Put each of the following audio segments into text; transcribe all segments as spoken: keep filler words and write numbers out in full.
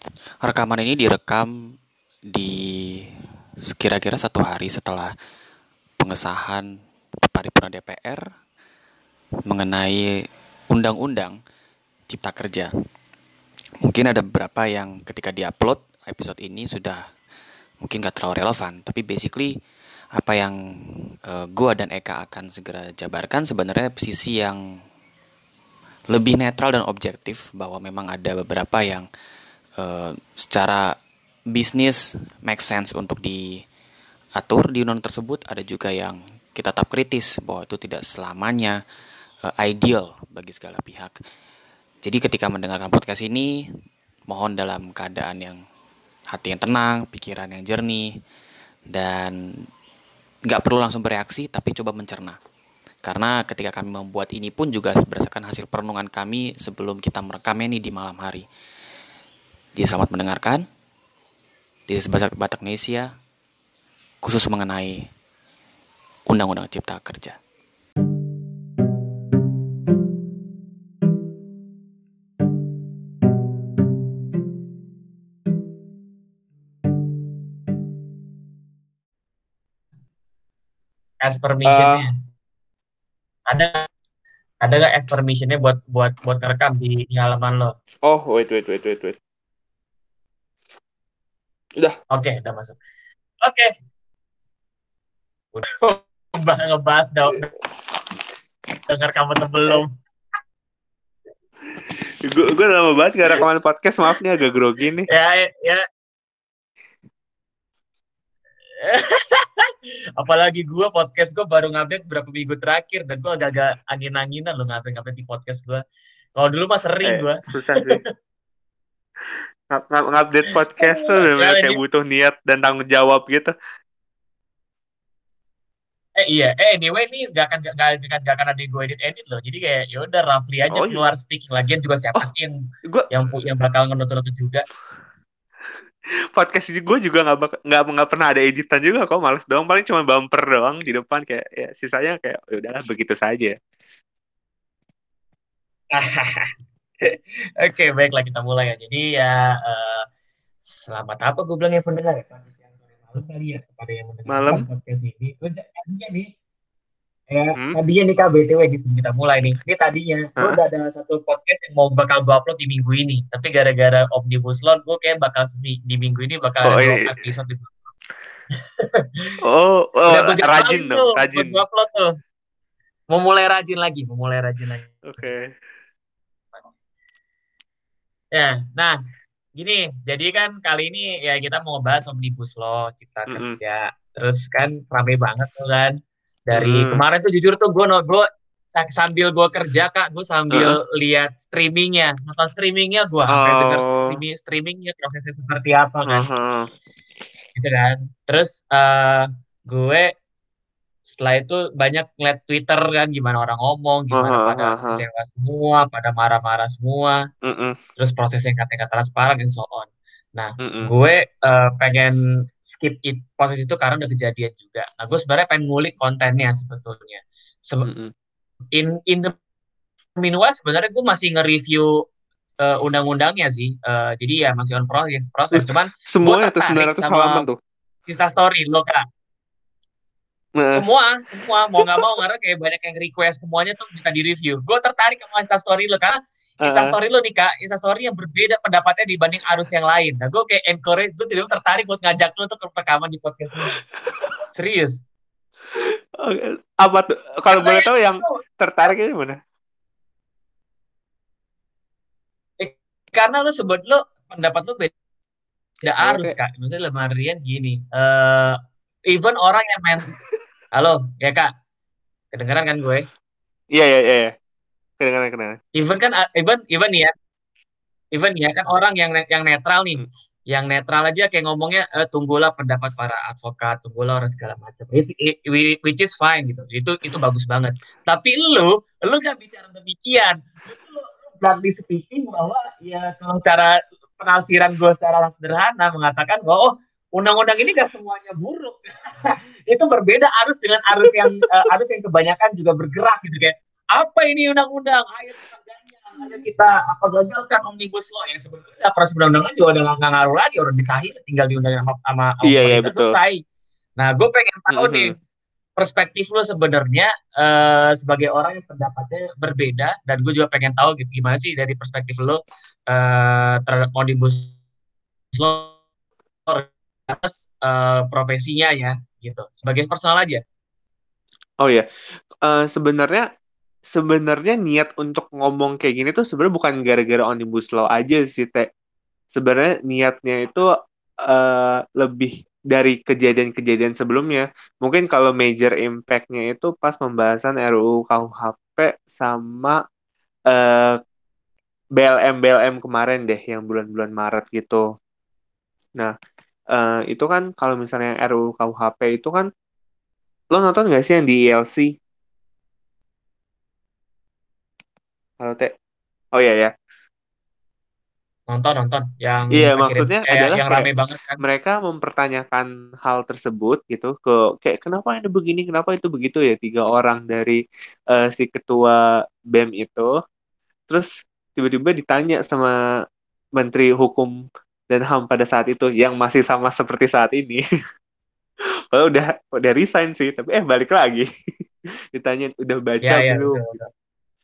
Rekaman ini direkam di kira-kira satu hari setelah pengesahan paripurna D P R mengenai Undang-Undang Cipta Kerja. Mungkin ada beberapa yang ketika diupload episode ini sudah mungkin gak terlalu relevan, tapi basically apa yang uh, gua dan Eka akan segera jabarkan sebenarnya sisi yang lebih netral dan objektif, bahwa memang ada beberapa yang uh, secara bisnis make sense untuk diatur di undang tersebut. Ada juga yang kita tetap kritis bahwa itu tidak selamanya uh, ideal bagi segala pihak. Jadi ketika mendengarkan podcast ini, mohon dalam keadaan yang hati yang tenang, pikiran yang jernih, dan gak perlu langsung bereaksi, tapi coba mencerna. Karena ketika kami membuat ini pun juga berdasarkan hasil perenungan kami sebelum kita merekamnya ini di malam hari. Jadi selamat mendengarkan. Di Batak Batak Indonesia, khusus mengenai Undang-Undang Cipta Kerja. As permissionnya uh, ada ada nggak as permissionnya buat buat buat ngerekam di, di halaman lo? Oh wait wait wait wait wait. Udah. Oke, okay, udah masuk. Oke. Okay. Udah ngebahas dong. Dengar kamu tuh belum. Gue gue lama banget gak rekaman podcast, maaf nih agak grogi nih. Ya ya. Apalagi gue podcast gue baru ngupdate berapa minggu terakhir dan gue agak-agak angin-anginan loh ngupdate-ngupdate di podcast gue. Kalau dulu mah sering eh, gue. Susah sih. Ngupdate podcast tuh bener-bener kayak butuh niat dan tanggung jawab gitu. Eh iya, eh anyway ini gak akan gak, gak, gak, gak akan ada gue edit edit loh. Jadi kayak ya udah Rafli aja Oh, keluar speaking. Lagian juga siapa oh, sih yang gue yang yang bakal ngenut-ngenut juga. podcast gue juga nggak bak- nggak nggak pernah ada editan juga kok, males doang, paling cuma bumper doang di depan, kayak ya sisanya kayak ya udahlah begitu saja. Oke, baiklah kita mulai ya. Jadi ya uh, selamat apa gue bilang ya pendengar ya. Malam kali ya kepada yang mendengarkan Malam. podcast ini. Gue tadinya nih, ya Hmm? tadinya nih Kak B T W di sebelum kita mulai nih. Ini tadinya gue Hah? udah ada satu podcast yang mau bakal gue upload di minggu ini. Tapi gara-gara Omnibus Law, gue kayak bakal semi- di minggu ini bakal ada Oh dua ini. episode. Oh, oh Udah gue rajin jadwalin dong, tuh buat rajin. gue upload tuh. Mau mulai rajin lagi, mau mulai rajin lagi. Oke. Okay. Ya, nah gini, jadi kan kali ini ya kita mau bahas Omnibus Law Cipta Mm-mm. Kerja. Terus kan rame banget tuh kan. Dari Mm-mm. kemarin tuh jujur tuh gue no, gue sambil gue kerja Kak, gue Uh-uh. sambil lihat streamingnya, nonton streamingnya gue sampai denger Oh. streaming streamingnya prosesnya seperti apa kan, Uh-huh. gitu kan. Terus uh, gue setelah itu banyak ngeliat Twitter kan, gimana orang ngomong, gimana Uh-huh. pada Uh-huh. kecewa semua, pada marah-marah semua, Mm-mm. terus prosesnya katanya transparan dan so on. Nah, Mm-mm. gue uh, pengen skip it, proses itu karena udah kejadian juga. Nah, gue sebenarnya pengen ngulik kontennya sebetulnya. Se- Mm-mm. in in the meanwhile sebenarnya gue masih nge-review uh, undang-undangnya sih. Uh, jadi ya masih on proses proses. Uh, Cuman gue semuanya tuh sembilan tertarik ratus halaman sama tuh. Instastory lo Kak. Nah. Semua, semua mau nggak mau karena kayak banyak yang request semuanya tuh minta di review. Gue tertarik sama Instastory lo karena Uh-uh. Instastory lo nih Kak, Instastory yang berbeda pendapatnya dibanding arus yang lain. Nah, gue kayak encourage, gue tidak tertarik buat ngajak lo untuk rekaman di podcast ini. Serius. Okay. Apa tuh? Kalau Karena boleh yang tahu yang itu, tertariknya gimana? eh, karena lo sebut lo pendapat lo beda arus Maksudnya, Kak. Maksudnya lemarian gini. Uh, even orang yang main, halo ya Kak, kedengeran kan gue? iya iya iya. Kedengaran kedengaran. Even kan, even even ya, even ya kan orang yang yang netral nih, Hmm. yang netral aja kayak ngomongnya e, tunggulah pendapat para advokat, tunggulah orang segala macam, which is fine gitu, itu itu bagus banget. Tapi lu lu gak bicara demikian, lu lu di speaking bahwa ya kalau cara penafsiran gue secara sederhana mengatakan bahwa oh undang-undang ini gak semuanya buruk. Itu berbeda arus dengan arus yang uh, arus yang kebanyakan juga bergerak gitu kayak apa ini undang-undang ayo misalnya kita apa gagalkan omnibus law yang sebenarnya peraturan perundang-undangan juga udah nggak ngaruh lagi, orang disahih tinggal diundangin sama, sama, sama Iya, iya, pemerintah betul. selesai. Nah, gue pengen tahu nih Mhm. perspektif lo sebenarnya eh, sebagai orang yang pendapatnya berbeda, dan gue juga pengen tahu gitu, gimana sih dari perspektif lo eh, terhadap omnibus law atas eh, profesinya ya gitu, sebagai personal aja. Oh ya, Eh, sebenarnya sebenarnya niat untuk ngomong kayak gini tuh sebenarnya bukan gara-gara Omnibus Law aja sih, Teh. Sebenarnya niatnya itu eh, lebih dari kejadian-kejadian sebelumnya. Mungkin kalau major impact-nya itu pas pembahasan R U U K U H P sama eh, B L M B L M kemarin deh, yang bulan-bulan Maret gitu. Nah, eh, itu kan kalau misalnya R U U K U H P itu kan, lo nonton nggak sih yang di I L C? Halo, Teh. Oh iya ya. Nonton nonton yang Iya, akhirnya maksudnya eh, adalah yang kayak rame banget kan. mereka mempertanyakan hal tersebut gitu ke kayak kenapa ada begini, kenapa itu begitu ya, tiga orang dari eh, si ketua B E M itu. Terus tiba-tiba ditanya sama Menteri Hukum dan H A M pada saat itu yang masih sama seperti saat ini. Padahal udah udah resign sih, tapi eh balik lagi. Ditanya udah baca Ya ya belum? betul, betul.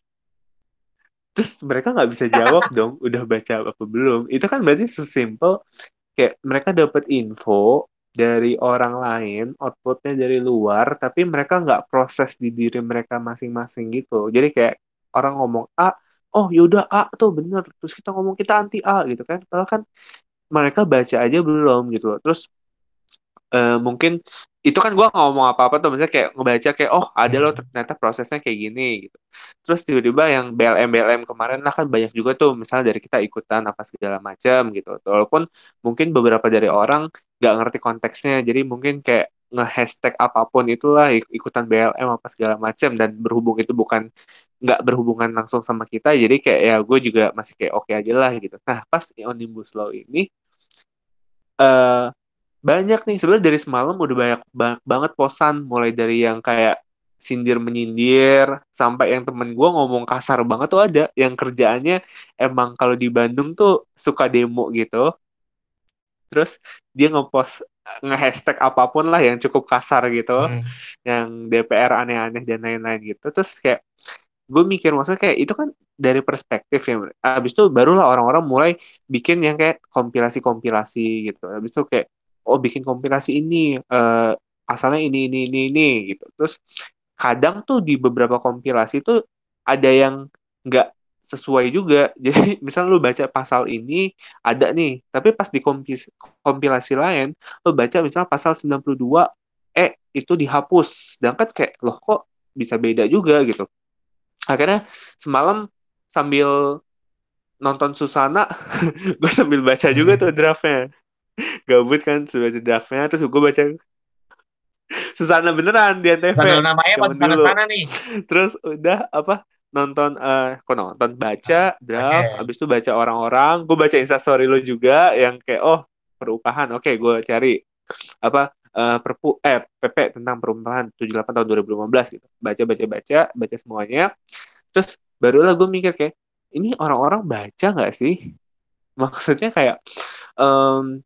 Terus mereka nggak bisa jawab dong, udah baca apa belum? Itu kan berarti sesimpel kayak mereka dapat info dari orang lain, outputnya dari luar, tapi mereka nggak proses di diri mereka masing-masing gitu. Jadi kayak orang ngomong A, oh yaudah A tuh bener, terus kita ngomong kita anti A gitu kan. Padahal kan mereka baca aja belum gitu loh. Terus eh, mungkin itu kan gue nggak ngomong apa-apa tuh, misalnya kayak ngebaca kayak oh ada loh Hmm. ternyata prosesnya kayak gini gitu. Terus tiba-tiba yang B L M B L M kemarin lah kan banyak juga tuh misalnya dari kita ikutan apa segala macam gitu. Walaupun mungkin beberapa dari orang nggak ngerti konteksnya, jadi mungkin kayak nge-hashtag apapun itulah ik- ikutan B L M apa segala macam, dan berhubung itu bukan nggak berhubungan langsung sama kita, jadi kayak ya gue juga masih kayak oke aja lah gitu. Nah pas Omnibus Law ini eh banyak nih sebenarnya dari semalam udah banyak, banyak banget posan, mulai dari yang kayak sindir menyindir sampai yang temen gue ngomong kasar banget tuh ada yang kerjaannya emang kalau di Bandung tuh suka demo gitu, terus dia ngepost nge-hashtag apapun lah yang cukup kasar gitu, Hmm. yang D P R aneh-aneh dan lain-lain gitu. Terus kayak gue mikir maksudnya kayak itu kan dari perspektif ya, abis itu barulah orang-orang mulai bikin yang kayak kompilasi-kompilasi gitu, abis itu kayak oh bikin kompilasi ini eh, pasalnya ini ini ini ini gitu. Terus kadang tuh di beberapa kompilasi tuh ada yang nggak sesuai juga. Jadi misal lu baca pasal ini ada nih, tapi pas di kompis- kompilasi lain lu baca misal pasal sembilan puluh dua eh itu dihapus, sedangkan kayak loh kok bisa beda juga gitu. Akhirnya semalam sambil nonton Susana, gue sambil baca juga tuh Hmm. draftnya. Gabut kan, sudah baca draftnya, terus gue baca Susana beneran di Antv Channel namanya zaman masih dulu. sana-sana nih. Terus udah apa nonton eh kok nonton baca draft, Oke. abis itu baca orang-orang, gue baca instastory lo juga yang kayak oh perubahan, oke gue cari apa eh, perpu eh P P tentang perubahan tujuh puluh delapan tahun dua ribu lima belas gitu, baca baca baca baca semuanya. Terus barulah gue mikir kayak ini orang-orang baca nggak sih, maksudnya kayak em,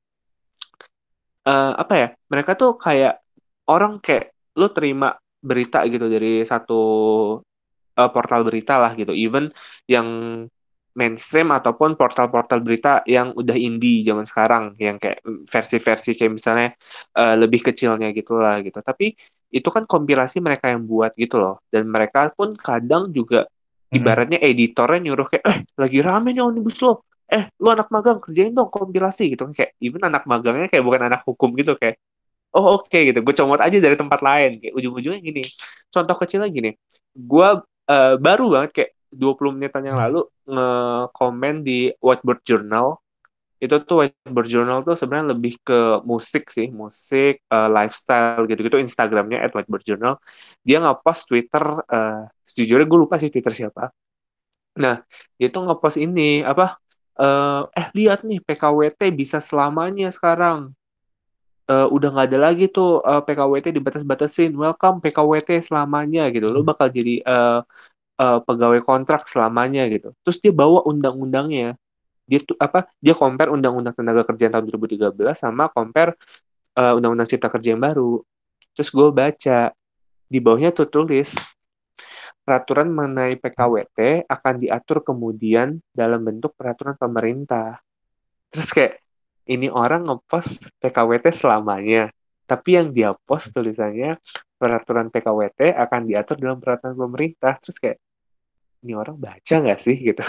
eh, apa ya, mereka tuh kayak orang kayak lu terima berita gitu dari satu eh, portal berita lah gitu, even yang mainstream ataupun portal-portal berita yang udah indie zaman sekarang yang kayak versi-versi kayak misalnya eh, lebih kecilnya gitulah gitu, tapi itu kan kompilasi mereka yang buat gitu loh, dan mereka pun kadang juga Mm-mm. ibaratnya editornya nyuruh kayak eh lagi rame nih omnibus law, eh lu anak magang kerjain dong kompilasi gitu kan, kayak even anak magangnya kayak bukan anak hukum gitu, kayak oh oke gitu, gue comot aja dari tempat lain, kayak ujung-ujungnya gini. Contoh kecilnya gini, gue eh, baru banget kayak dua puluh menitan yang lalu nge-komen di Whiteboard Journal. Itu tuh Whiteboard Journal tuh sebenarnya lebih ke musik sih, musik, eh, lifestyle gitu-gitu. Instagramnya at Whiteboard Journal. Dia nge-post Twitter, eh, sejujurnya gue lupa sih Twitter siapa. Nah, dia tuh nge-post ini, apa, eh, eh lihat nih P K W T bisa selamanya sekarang, eh, udah nggak ada lagi tuh eh, P K W T dibatas-batasin. Welcome P K W T selamanya gitu. Lu bakal jadi eh, uh, pegawai kontrak selamanya gitu. Terus dia bawa undang-undangnya. Dia tuh apa? Dia compare undang-undang tenaga kerja tahun dua ribu tiga belas sama compare uh, undang-undang cipta kerja yang baru. Terus gue baca di bawahnya tuh tulis peraturan mengenai P K W T akan diatur kemudian dalam bentuk peraturan pemerintah. Terus kayak ini orang ngepost P K W T selamanya, tapi yang dia post tulisannya peraturan P K W T akan diatur dalam peraturan pemerintah. Terus kayak ini orang baca nggak sih gitu?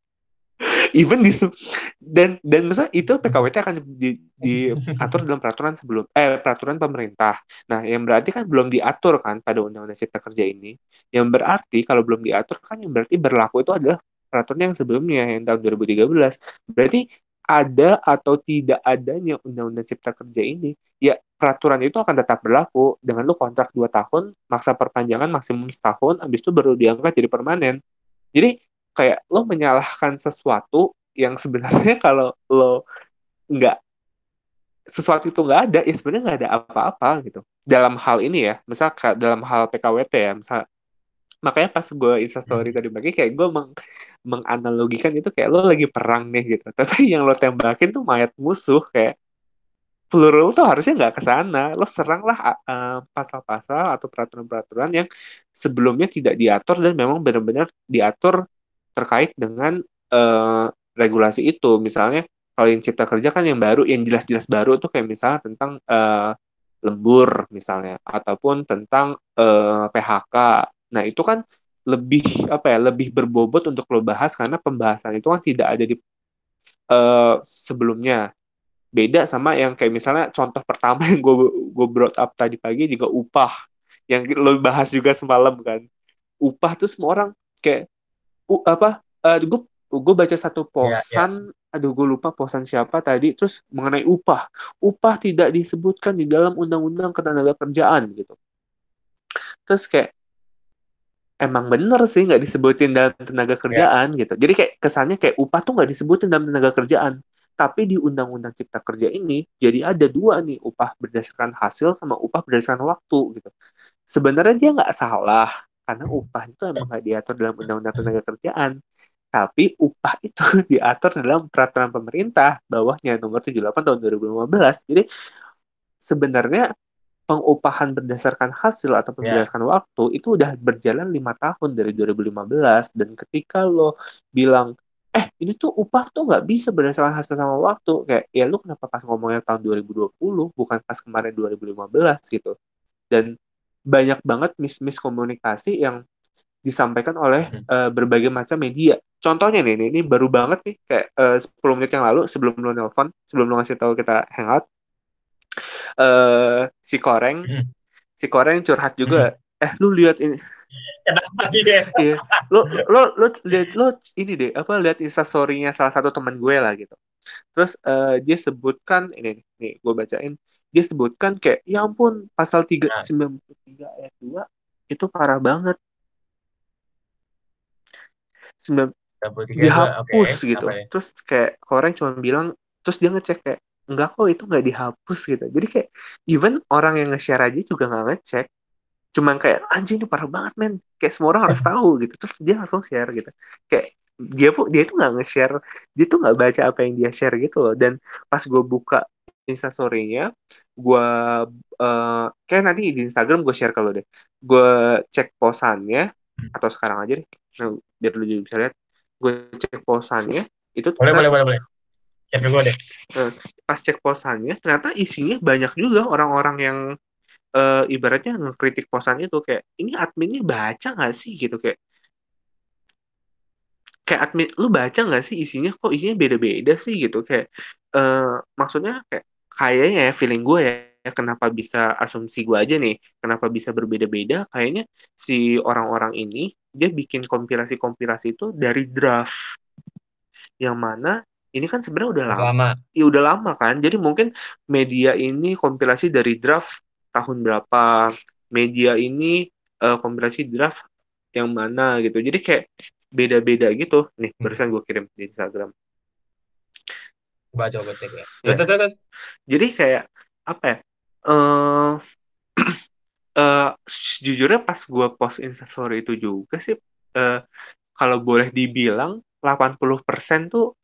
Even di dan dan misalnya itu P K W T akan di, diatur dalam peraturan sebelum eh peraturan pemerintah. Nah, yang berarti kan belum diatur kan pada Undang-Undang Cipta Kerja ini. Yang berarti kalau belum diatur kan yang berarti berlaku itu adalah peraturan yang sebelumnya yang tahun dua ribu tiga belas. Berarti ada atau tidak adanya Undang-Undang Cipta Kerja ini, ya peraturan itu akan tetap berlaku dengan lu kontrak dua tahun, maksa perpanjangan maksimum setahun, habis itu baru diangkat jadi permanen. Jadi kayak lo menyalahkan sesuatu yang sebenarnya kalau lo nggak sesuatu itu nggak ada, ya sebenarnya nggak ada apa-apa gitu. Dalam hal ini ya, misal dalam hal P K W T ya, misal makanya pas gue instastory tadi pagi kayak gue meng menganalogikan itu kayak lo lagi perang nih gitu, tapi yang lo tembakin tuh mayat musuh kayak peluru tuh harusnya nggak ke sana. Lo seranglah uh, pasal-pasal atau peraturan-peraturan yang sebelumnya tidak diatur dan memang benar-benar diatur terkait dengan uh, regulasi itu. Misalnya kalau yang cipta kerja kan yang baru, yang jelas-jelas baru tuh kayak misalnya tentang uh, lembur misalnya, ataupun tentang uh, P H K. Nah itu kan lebih apa ya, lebih berbobot untuk lo bahas karena pembahasan itu kan tidak ada di uh, sebelumnya. Beda sama yang kayak misalnya contoh pertama yang gue gue brought up tadi pagi juga upah yang lo bahas juga semalam kan. Upah tuh semua orang kayak uh, apa uh, gue gue baca satu Ya, ya. posan, aduh gue lupa posan siapa tadi, terus mengenai upah upah tidak disebutkan di dalam undang-undang ketenagakerjaan gitu. Terus kayak emang bener sih nggak disebutin dalam tenaga Ya. kerjaan gitu. Jadi kayak kesannya kayak upah tuh nggak disebutin dalam tenaga kerjaan. Tapi di Undang-Undang Cipta Kerja ini jadi ada dua nih, upah berdasarkan hasil sama upah berdasarkan waktu gitu. Sebenarnya dia nggak salah karena upah itu emang nggak diatur dalam Undang-Undang Tenaga Kerjaan. Tapi upah itu diatur dalam peraturan pemerintah bawahnya nomor tujuh puluh delapan tahun dua ribu lima belas. Jadi sebenarnya pengupahan berdasarkan hasil atau Ya. berdasarkan waktu itu udah berjalan lima tahun dari dua ribu lima belas. Dan ketika lo bilang eh ini tuh upah tuh nggak bisa berdasarkan hasil sama waktu, kayak ya lu kenapa pas ngomongnya tahun dua ribu dua puluh bukan pas kemarin dua ribu lima belas gitu. Dan banyak banget mis-miskomunikasi yang disampaikan oleh uh, berbagai macam media. Contohnya nih, nih ini baru banget nih kayak uh, sepuluh menit yang lalu sebelum lo nelpon, sebelum lo ngasih tahu kita hangout, uh, si Koreng Hmm. si Koreng curhat Hmm. juga. Eh lu lihat ini, Kenapa dia? iya, lo lo lo lihat lo ini deh apa lihat instastorynya salah satu teman gue lah gitu. Terus uh, dia sebutkan ini nih gue bacain, dia sebutkan kayak ya ampun pasal tiga Nah, sembilan puluh tiga ayat dua itu parah banget. Sembilan dua puluh tiga dua, oke. dihapus gitu. Apa nih? Terus kayak orang cuma bilang, terus dia ngecek kayak enggak kok itu nggak dihapus gitu. Jadi kayak even orang yang nge-share aja juga nggak ngecek, cuman kayak anjing ini parah banget men, kayak semua orang harus tahu gitu. Terus dia langsung share gitu, kayak dia pun dia tuh nggak nge-share, dia tuh nggak baca apa yang dia share gitu loh. Dan pas gue buka instastory-nya, gue uh, kayak nanti di Instagram gue share kalau deh, gue cek posannya atau sekarang aja deh, nah, biar lu juga bisa lihat. Gue cek posannya itu Boleh, boleh, ternyata, boleh, boleh. Cek gue deh. nah, pas cek posannya ternyata isinya banyak juga orang-orang yang uh, ibaratnya ngekritik posan itu kayak ini adminnya baca nggak sih gitu, kayak kayak admin lu baca nggak sih isinya, kok isinya beda-beda sih gitu, kayak uh, maksudnya kayak kayaknya ya feeling gue ya, ya kenapa bisa asumsi gue aja nih kenapa bisa berbeda-beda, kayaknya si orang-orang ini dia bikin kompilasi-kompilasi itu dari draft yang mana ini kan sebenarnya udah Udah lama, lama. ya udah lama kan, jadi mungkin media ini kompilasi dari draft tahun berapa, media ini uh, kompilasi draft yang mana gitu, jadi kayak beda-beda gitu nih, barusan gue kirim di Instagram Coba coba cek ya. ya. Terus, terus, terus. Jadi kayak apa ya, eh uh, sejujurnya pas gue post Instastory itu juga sih eh, kalau boleh dibilang delapan puluh persen tuh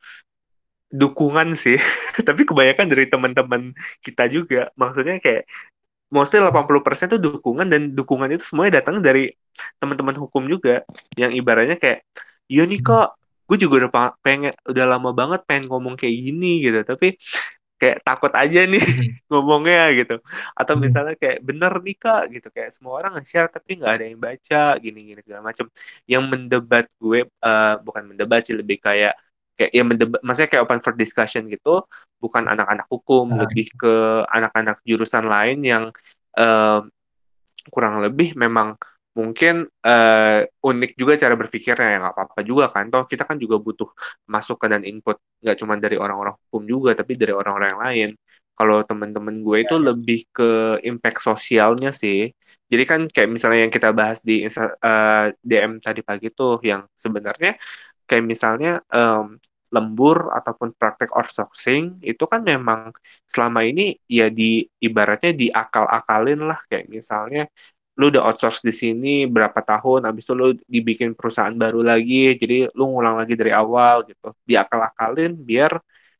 dukungan sih. Tapi kebanyakan dari teman-teman kita juga. Maksudnya kayak mostly delapan puluh persen tuh dukungan, dan dukungan itu semuanya datang dari teman-teman hukum juga yang ibaratnya kayak, iya nih kak, gue juga udah pa- pengen, udah lama banget pengen ngomong kayak gini gitu, tapi kayak takut aja nih ngomongnya gitu. Atau misalnya kayak bener nih kak gitu, kayak semua orang nge-share tapi nggak ada yang baca gini-gini segala macem. Yang mendebat gue, eh, bukan mendebat sih, lebih kayak kayak ya mendebat, maksudnya kayak open for discussion gitu, bukan anak-anak hukum, Ah, lebih ke anak-anak jurusan lain yang eh, kurang lebih memang mungkin eh, unik juga cara berpikirnya, ya nggak apa-apa juga kan, toh kita kan juga butuh masukan dan input, nggak cuma dari orang-orang hukum juga tapi dari orang-orang yang lain. Kalau teman-teman gue ya, itu ya. lebih ke impact sosialnya sih. Jadi kan kayak misalnya yang kita bahas di Insta- eh, D M tadi pagi tuh, yang sebenarnya kayak misalnya em, lembur ataupun praktek outsourcing itu kan memang selama ini ya di ibaratnya diakal-akalin lah, kayak misalnya lu udah outsource di sini berapa tahun, habis itu lu dibikin perusahaan baru lagi, jadi lu ngulang lagi dari awal gitu, diakal-akalin biar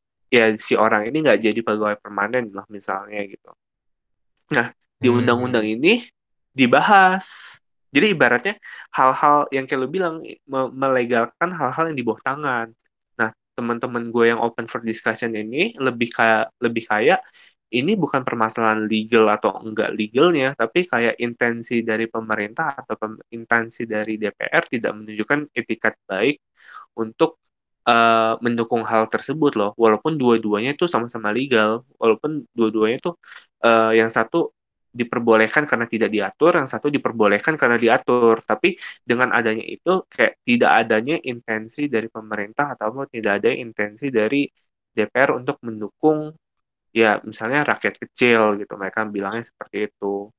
ya si orang ini nggak jadi pegawai permanen lah misalnya gitu. Nah, di undang-undang Hmm. ini dibahas. Jadi ibaratnya hal-hal yang kayak lu bilang, me- melegalkan hal-hal yang di bawah tangan. Nah, teman-teman gue yang open for discussion ini lebih kayak lebih kayak ini bukan permasalahan legal atau enggak legalnya, tapi kayak intensi dari pemerintah atau pem- intensi dari D P R tidak menunjukkan etikat baik untuk eh, mendukung hal tersebut loh. Walaupun dua-duanya itu sama-sama legal, walaupun dua-duanya tuh eh, yang satu diperbolehkan karena tidak diatur, yang satu diperbolehkan karena diatur. Tapi dengan adanya itu kayak tidak adanya intensi dari pemerintah ataupun tidak ada intensi dari D P R untuk mendukung ya misalnya rakyat kecil gitu. Mereka bilangnya seperti itu.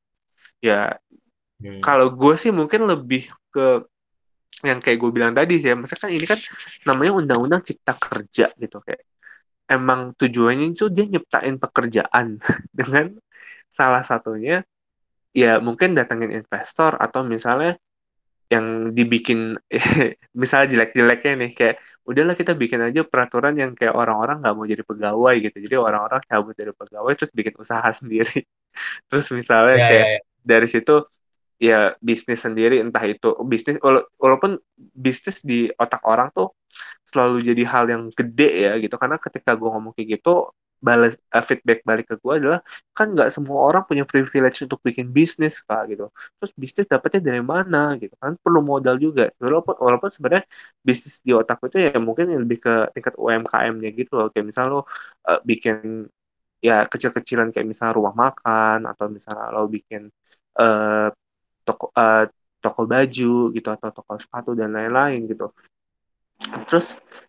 Ya Hmm. kalau gue sih mungkin lebih ke yang kayak gue bilang tadi sih ya. Maksudnya kan ini kan namanya undang-undang cipta kerja gitu, kayak emang tujuannya itu dia nyiptain pekerjaan dengan salah satunya ya mungkin datangin investor, atau misalnya yang dibikin misalnya jelek-jeleknya nih, kayak udahlah kita bikin aja peraturan yang kayak orang-orang nggak mau jadi pegawai gitu, jadi orang-orang cabut dari pegawai terus bikin usaha sendiri. Terus misalnya Ya, kayak ya, ya. dari situ ya bisnis sendiri, entah itu bisnis wala- walaupun bisnis di otak orang tuh selalu jadi hal yang gede ya gitu, karena ketika gue ngomong kayak gitu, balas eh, feedback balik ke gue adalah kan nggak semua orang punya privilege untuk bikin bisnis kak gitu. Terus bisnis dapetnya dari mana gitu kan, perlu modal juga, walaupun walaupun sebenarnya bisnis di otak itu ya mungkin lebih ke tingkat U M K M-nya gitu loh, kayak misalnya lo eh, bikin ya kecil-kecilan kayak misalnya rumah makan, atau misalnya lo bikin eh, toko eh, toko baju gitu, atau toko sepatu dan lain-lain gitu. Terus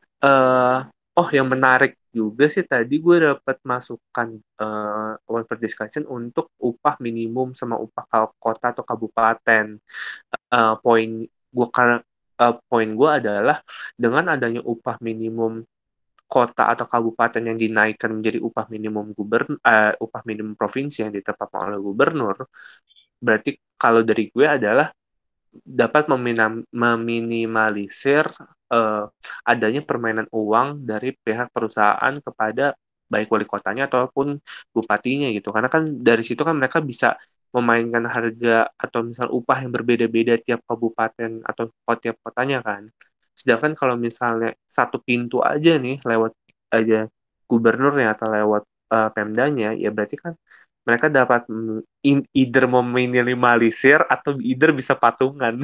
eh oh yang menarik juga sih, tadi gue dapat masukan eh one for discussion untuk upah minimum sama upah ka- kota atau kabupaten. Eh, poin gue karena eh, poin gue adalah dengan adanya upah minimum kota atau kabupaten yang dinaikkan menjadi upah minimum gubernur, upah minimum provinsi yang ditetapkan oleh gubernur, berarti kalau dari gue adalah dapat meminam- meminimalisir eh, adanya permainan uang dari pihak perusahaan kepada baik wali kotanya ataupun bupatinya gitu. Karena kan dari situ kan mereka bisa memainkan harga atau misal upah yang berbeda-beda tiap kabupaten atau ko- tiap kotanya kan. Sedangkan kalau misalnya satu pintu aja nih lewat aja gubernurnya atau lewat eh, Pemdanya, ya berarti kan mereka dapat mm, in- either meminimalisir atau either bisa patungan.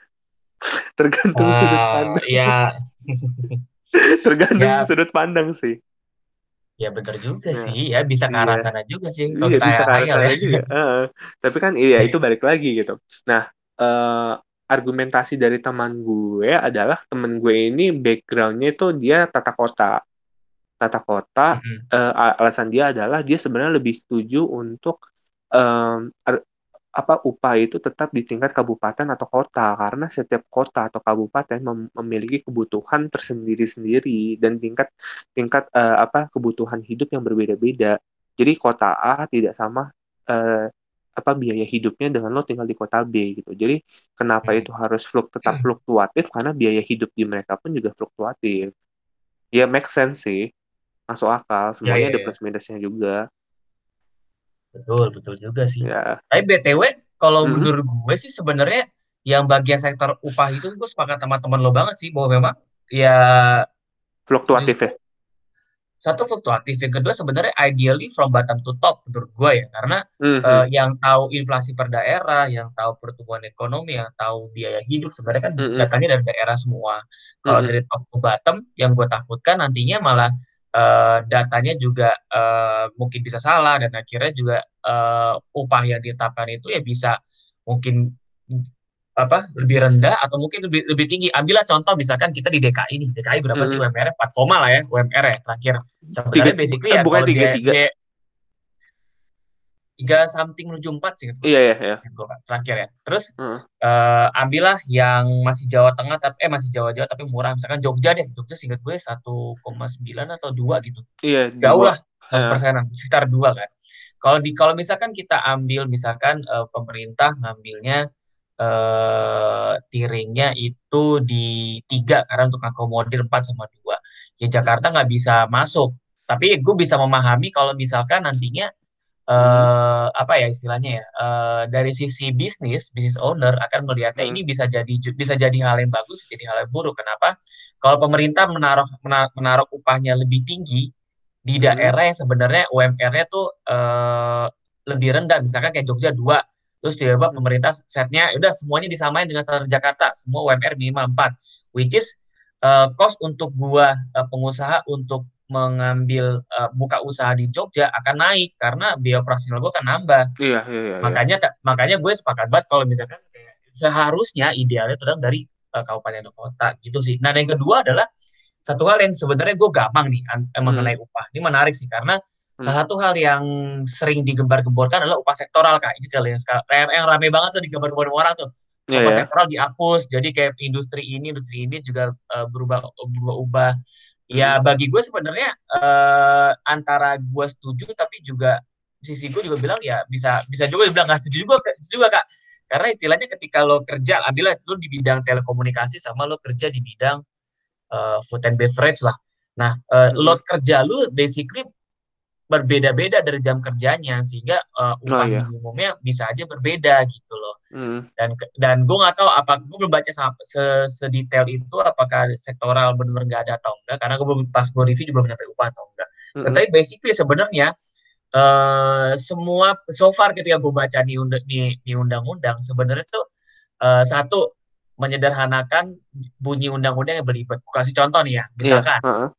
Tergantung sudut Ah, pandang. ya, Tergantung ya, sudut pandang sih. ya bener juga Nah, sih. Ya bisa ke iya. arah sana juga sih kalau Iya kita bisa ke arah hayal sana ya. juga. Heeh. Tapi kan iya itu balik lagi gitu. Nah, eh, argumentasi dari teman gue adalah teman gue ini backgroundnya itu dia tata kota. Tata kota, Mm-mm. eh, alasan dia adalah dia sebenarnya lebih setuju untuk em, ar- apa upah itu tetap di tingkat kabupaten atau kota, karena setiap kota atau kabupaten mem- memiliki kebutuhan tersendiri-sendiri dan tingkat tingkat eh, apa kebutuhan hidup yang berbeda-beda. Jadi kota A tidak sama eh, apa biaya hidupnya dengan lo tinggal di kota B gitu. Jadi kenapa Hmm. itu harus fluk tetap fluktuatif karena biaya hidup di mereka pun juga fluktuatif. Ya make sense sih, masuk akal. Ya, Semuanya ya, ada ya. plus minusnya juga. Betul, betul juga sih. Ya, Tapi B T W, kalau mm, menurut gue sih sebenarnya yang bagian sektor upah itu gue sepakat sama teman lo banget sih bahwa memang ya fluktuatif ya. justru satu fluktuatif, yang kedua sebenarnya ideally from bottom to top menurut gue ya, karena eh, Mhm, yang tahu inflasi per daerah, yang tahu pertumbuhan ekonomi, yang tahu biaya hidup sebenarnya kan mhm, datangnya dari daerah semua. Kalau mhm, dari top to bottom, yang gue takutkan nantinya malah eh, datanya juga eh, mungkin bisa salah dan akhirnya juga eh, upah yang ditetapkan itu ya bisa mungkin apa lebih rendah atau mungkin lebih lebih tinggi. Ambillah contoh misalkan kita di D K I nih. D K I berapa sih mhm. U M R-nya? empat koma lah ya U M R ya terakhir. Tiga, Sebenarnya basically eh ya bukan kalau tiga dia tiga. dia tiga something menuju empat sih gue Iya ya ya. terakhir ya. Terus Heeh. eh, ambillah yang masih Jawa Tengah tapi eh masih Jawa-Jawa tapi murah. Misalkan Jogja deh. Jogja seingat gue satu koma sembilan atau dua gitu. Iya Jauh dua. lah seratus Ya. persenan, sekitar dua kan. Kalau di kalau misalkan kita ambil misalkan eh, pemerintah ngambilnya eh, tiringnya itu di tiga karena untuk akomodir empat sama dua. Ya Jakarta nggak bisa masuk. Tapi gue bisa memahami kalau misalkan nantinya Mhm, eh, apa ya istilahnya ya eh, dari sisi bisnis, bisnis owner akan melihatnya mhm, ini bisa jadi bisa jadi hal yang bagus, bisa jadi hal yang buruk. Kenapa? Kalau pemerintah menaruh mena- menaruh upahnya lebih tinggi di mhm, daerah yang sebenarnya U M R-nya tuh eh, lebih rendah, misalkan kayak Jogja dua, terus tiba-tiba mhm, pemerintah setnya udah semuanya disamain dengan standar Jakarta, semua U M R minimal empat, which is eh, cost untuk gua eh, pengusaha untuk mengambil eh, buka usaha di Jogja akan naik karena biaya operasional gua akan nambah. iya iya iya iya. Makanya makanya gue sepakat banget kalau misalkan kayak seharusnya idealnya itu datang dari eh, kabupaten atau kota gitu sih. Nah, dan yang kedua adalah satu hal yang sebenarnya gue gampang nih an- eh, Mhm, mengenai upah. Ini menarik sih karena mhm. salah satu hal yang sering digembar-gemborkan adalah upah sektoral Kak. Ini kali yang, seka- yang, yang rame banget tuh digembar-gemborin orang tuh. Iya Upah ya. sektoral dihapus, jadi kayak industri ini, industri ini juga eh, berubah berubah-ubah. Mhm, Ya bagi gue sebenarnya eh, antara gue setuju tapi juga sisi gue juga bilang ya bisa bisa juga dibilang nggak setuju juga setuju juga Kak. Karena istilahnya ketika lo kerja, ambillah lo di bidang telekomunikasi sama lo kerja di bidang eh, food and beverage lah. Nah, eh, mhm. load kerja lu basically berbeda-beda dari jam kerjanya sehingga eh, Oh upah iya. minimumnya bisa aja berbeda gitu loh. Mhm, Dan dan gue nggak tahu apa gue belum baca sam- se- sedetail itu apakah sektoral benar nggak ada atau enggak karena gue belum pas gue review juga belum nyampe upah atau enggak. mhm, Tapi basically sebenarnya eh, semua so far ketika gue baca di, unda- di, di undang-undang sebenarnya tuh eh, satu menyederhanakan bunyi undang-undang yang berlibat. Gue kasih contoh nih ya, iya. misalkan Heeh.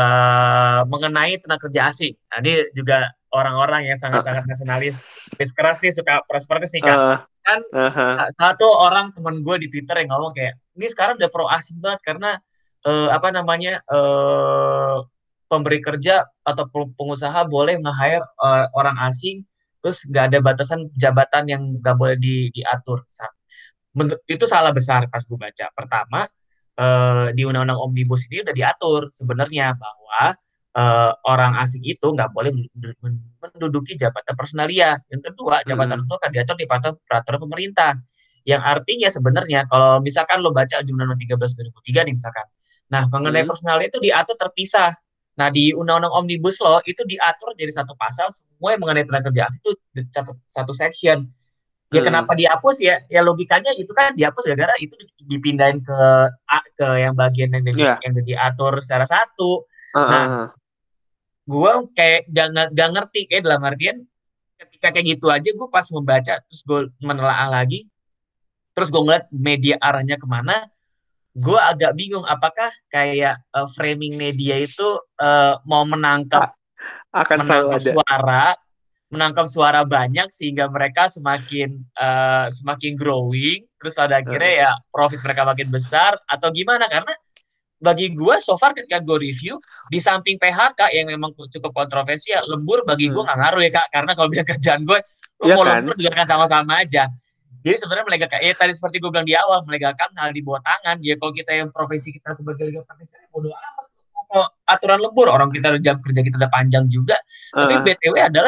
eh, mengenai tenaga kerja asing. Nah, ini juga orang-orang yang sangat-sangat Heeh. nasionalis, garis keras nih, suka prospektif nih, Kak. Heeh. Kan Heeh. sa- satu orang teman gue di Twitter yang ngomong kayak, ini sekarang udah pro asing banget karena eh, apa namanya eh, pemberi kerja atau pe- pengusaha boleh nge-hire eh, orang asing, terus nggak ada batasan jabatan yang nggak boleh di- diatur. Sa- menurut- Itu salah besar pas gue baca. Pertama, eh, di Undang-Undang Omnibus ini udah diatur sebenarnya bahwa eh, orang asing itu nggak boleh men- men- menduduki jabatan personalia. Yang kedua, jabatan Mhm, itu akan diatur di peraturan peraturan pemerintah. Yang artinya sebenarnya kalau misalkan lo baca di Undang-Undang tiga belas dua ribu tiga nih misalkan. Nah, mengenai mhm, personalia itu diatur terpisah. Nah, di Undang-Undang Omnibus Law itu diatur jadi satu pasal semua yang mengenai tenaga kerja asing itu di satu, satu section. Ya mhm. kenapa dihapus ya? Ya logikanya itu kan dihapus gara-gara itu dipindahin ke A- ke yang bagian yang di, Iya. yang diatur secara satu. Nah, Heeh. gue kayak gak, nge- gak ngerti kayak dalam artian ketika kayak gitu aja gue pas membaca terus gue menelaah lagi terus gue ngeliat media arahnya kemana gue agak bingung apakah kayak eh, framing media itu eh, mau menangkap A- akan selalu menangkap ada. suara menangkap suara banyak sehingga mereka semakin eh, semakin growing terus pada akhirnya Heeh. ya profit mereka makin besar atau gimana karena bagi gue so far ketika gue review di samping P H K yang memang cukup kontroversial lembur bagi gue Hmm. nggak ngaruh ya kak karena kalau bilang kerjaan gue lo Iya mau kan? lembur juga kan sama-sama aja jadi sebenarnya melegakan eh tadi seperti gue bilang di awal melegakan hal di bawah tangan ya kalau kita yang profesi kita sebagai lega profesional bodo amat mau aturan lembur orang kita jam kerja kita udah panjang juga tapi Heeh. B T W adalah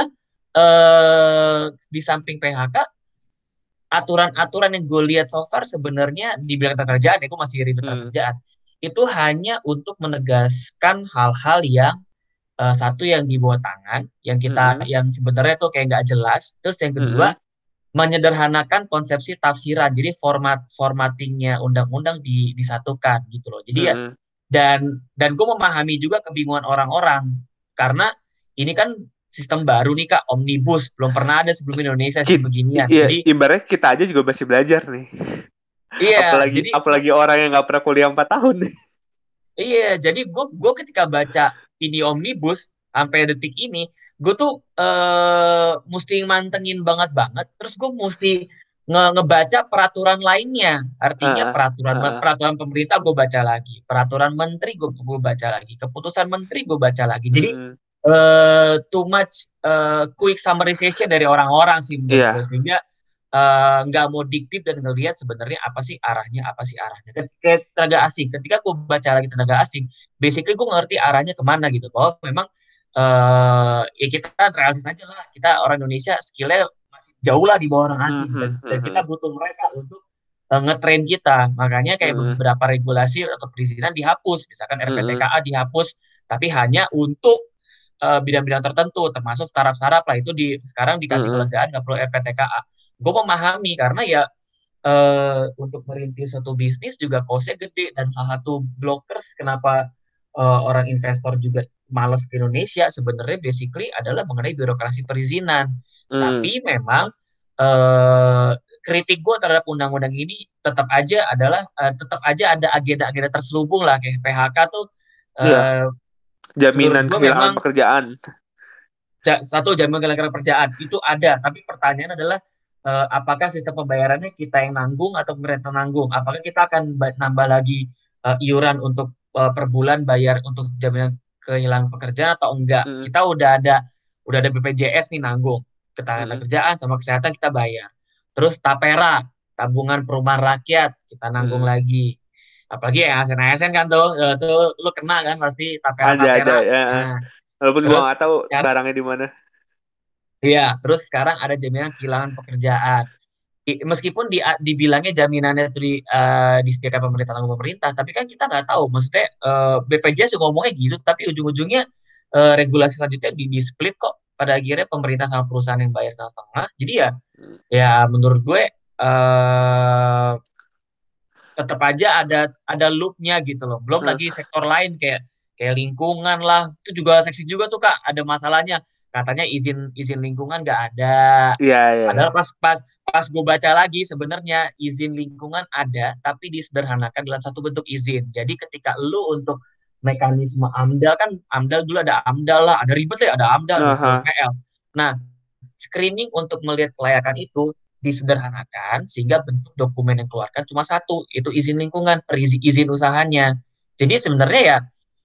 eh, di samping P H K, aturan-aturan yang gue lihat so far sebenarnya di bidang tenaga kerjaan, ya gue masih review tenaga Hmm. kerjaan, itu hanya untuk menegaskan hal-hal yang eh, satu yang di bawah tangan, yang kita Mm-mm. yang sebenarnya tuh kayak nggak jelas. Terus yang kedua, Mm-mm. menyederhanakan konsepsi tafsiran. Jadi format formattingnya undang-undang di, disatukan gitu loh. Jadi ya, Mm-mm. dan dan gue memahami juga kebingungan orang-orang karena ini kan sistem baru nih Kak, omnibus, belum pernah ada sebelum Indonesia sistem Kit, beginian. iya, Jadi ibaratnya kita aja juga masih belajar nih. iya, Apalagi jadi apalagi orang yang nggak pernah kuliah empat tahun nih. iya, jadi gue gue ketika baca ini omnibus sampai detik ini, gue tuh eh mesti mantengin banget banget. Terus gue mesti nge- ngebaca peraturan lainnya. Artinya Ah, peraturan ah, ah. peraturan pemerintah gue baca lagi, peraturan menteri gue gue baca lagi, keputusan menteri gue baca lagi. Jadi Mm-mm. eh too much eh, quick summarization dari orang-orang sih menurut gue, Iya. sehingga eh, nggak mau diktif dan ngelihat sebenarnya apa sih arahnya, apa sih arahnya. Ketika tenaga asing, ketika gue baca lagi tenaga asing, basically gue ngerti arahnya kemana gitu, bahwa memang eh ya kita realistis aja lah, kita orang Indonesia skillnya masih jauh lah di bawah orang asing, dan, Mhm, dan kita mhm, butuh mereka untuk eh, ngetrain kita. Makanya kayak mhm, beberapa regulasi atau perizinan dihapus, misalkan mhm, R P T K A dihapus, tapi hanya untuk eh, bidang-bidang tertentu, termasuk startup-startup lah, itu di sekarang dikasih mhm, kelegaan nggak perlu R P T K A. Gue memahami karena ya eh, untuk merintis suatu bisnis juga cost-nya gede, dan salah satu blockers kenapa eh, orang investor juga malas ke Indonesia sebenarnya basically adalah mengenai birokrasi perizinan. mhm. Tapi memang eh, kritik gue terhadap undang-undang ini tetap aja adalah eh, tetap aja ada agenda-agenda terselubung lah, kayak P H K tuh Iya, eh, menurut jaminan gue kehilangan memang pekerjaan. ja- satu jaminan kehilangan kerjaan itu ada, tapi pertanyaan adalah eh, apakah sistem pembayarannya kita yang nanggung atau pemerintah nanggung? Apakah kita akan ba- nambah lagi eh, iuran untuk eh, per bulan bayar untuk jaminan kehilangan pekerjaan atau enggak? Mhm, Kita udah ada udah ada B P J S nih nanggung, ketahanan mhm, kerjaan sama kesehatan kita bayar. Terus Tapera, tabungan perumahan rakyat kita nanggung mhm. lagi. Apalagi yang A S N-A S N kan tuh, eh, tuh lu kena kan pasti Ada ada Tapera-Tapera. ya. Nah, Walaupun gua terus nggak tahu sekarang barangnya di mana. iya, terus sekarang ada jaminan kehilangan pekerjaan. I- Meskipun di, dibilangnya jaminannya itu di, eh, disediakan pemerintah tanggung pemerintah, tapi kan kita nggak tahu. Maksudnya eh, B P J S juga ngomongnya gitu, tapi ujung-ujungnya eh, regulasi selanjutnya di, di split kok. Pada akhirnya pemerintah sama perusahaan yang bayar setengah-setengah. Jadi ya, Mhm, ya menurut gue eh, tetap aja ada ada loopnya gitu loh. Belum mhm. lagi sektor lain kayak kayak lingkungan lah, itu juga seksi juga tuh Kak. Ada masalahnya, katanya izin izin lingkungan nggak ada. Iya, iya, iya. Padahal pas pas pas gue baca lagi sebenarnya izin lingkungan ada, tapi disederhanakan dalam satu bentuk izin. Jadi ketika lu untuk mekanisme AMDAL, kan AMDAL dulu ada AMDAL lah, ada ribet ya, ada AMDAL, ada Aha. P U P L. Nah, screening untuk melihat kelayakan itu disederhanakan sehingga bentuk dokumen yang keluarkan cuma satu, itu izin lingkungan, perizi- izin usahanya. Jadi sebenarnya ya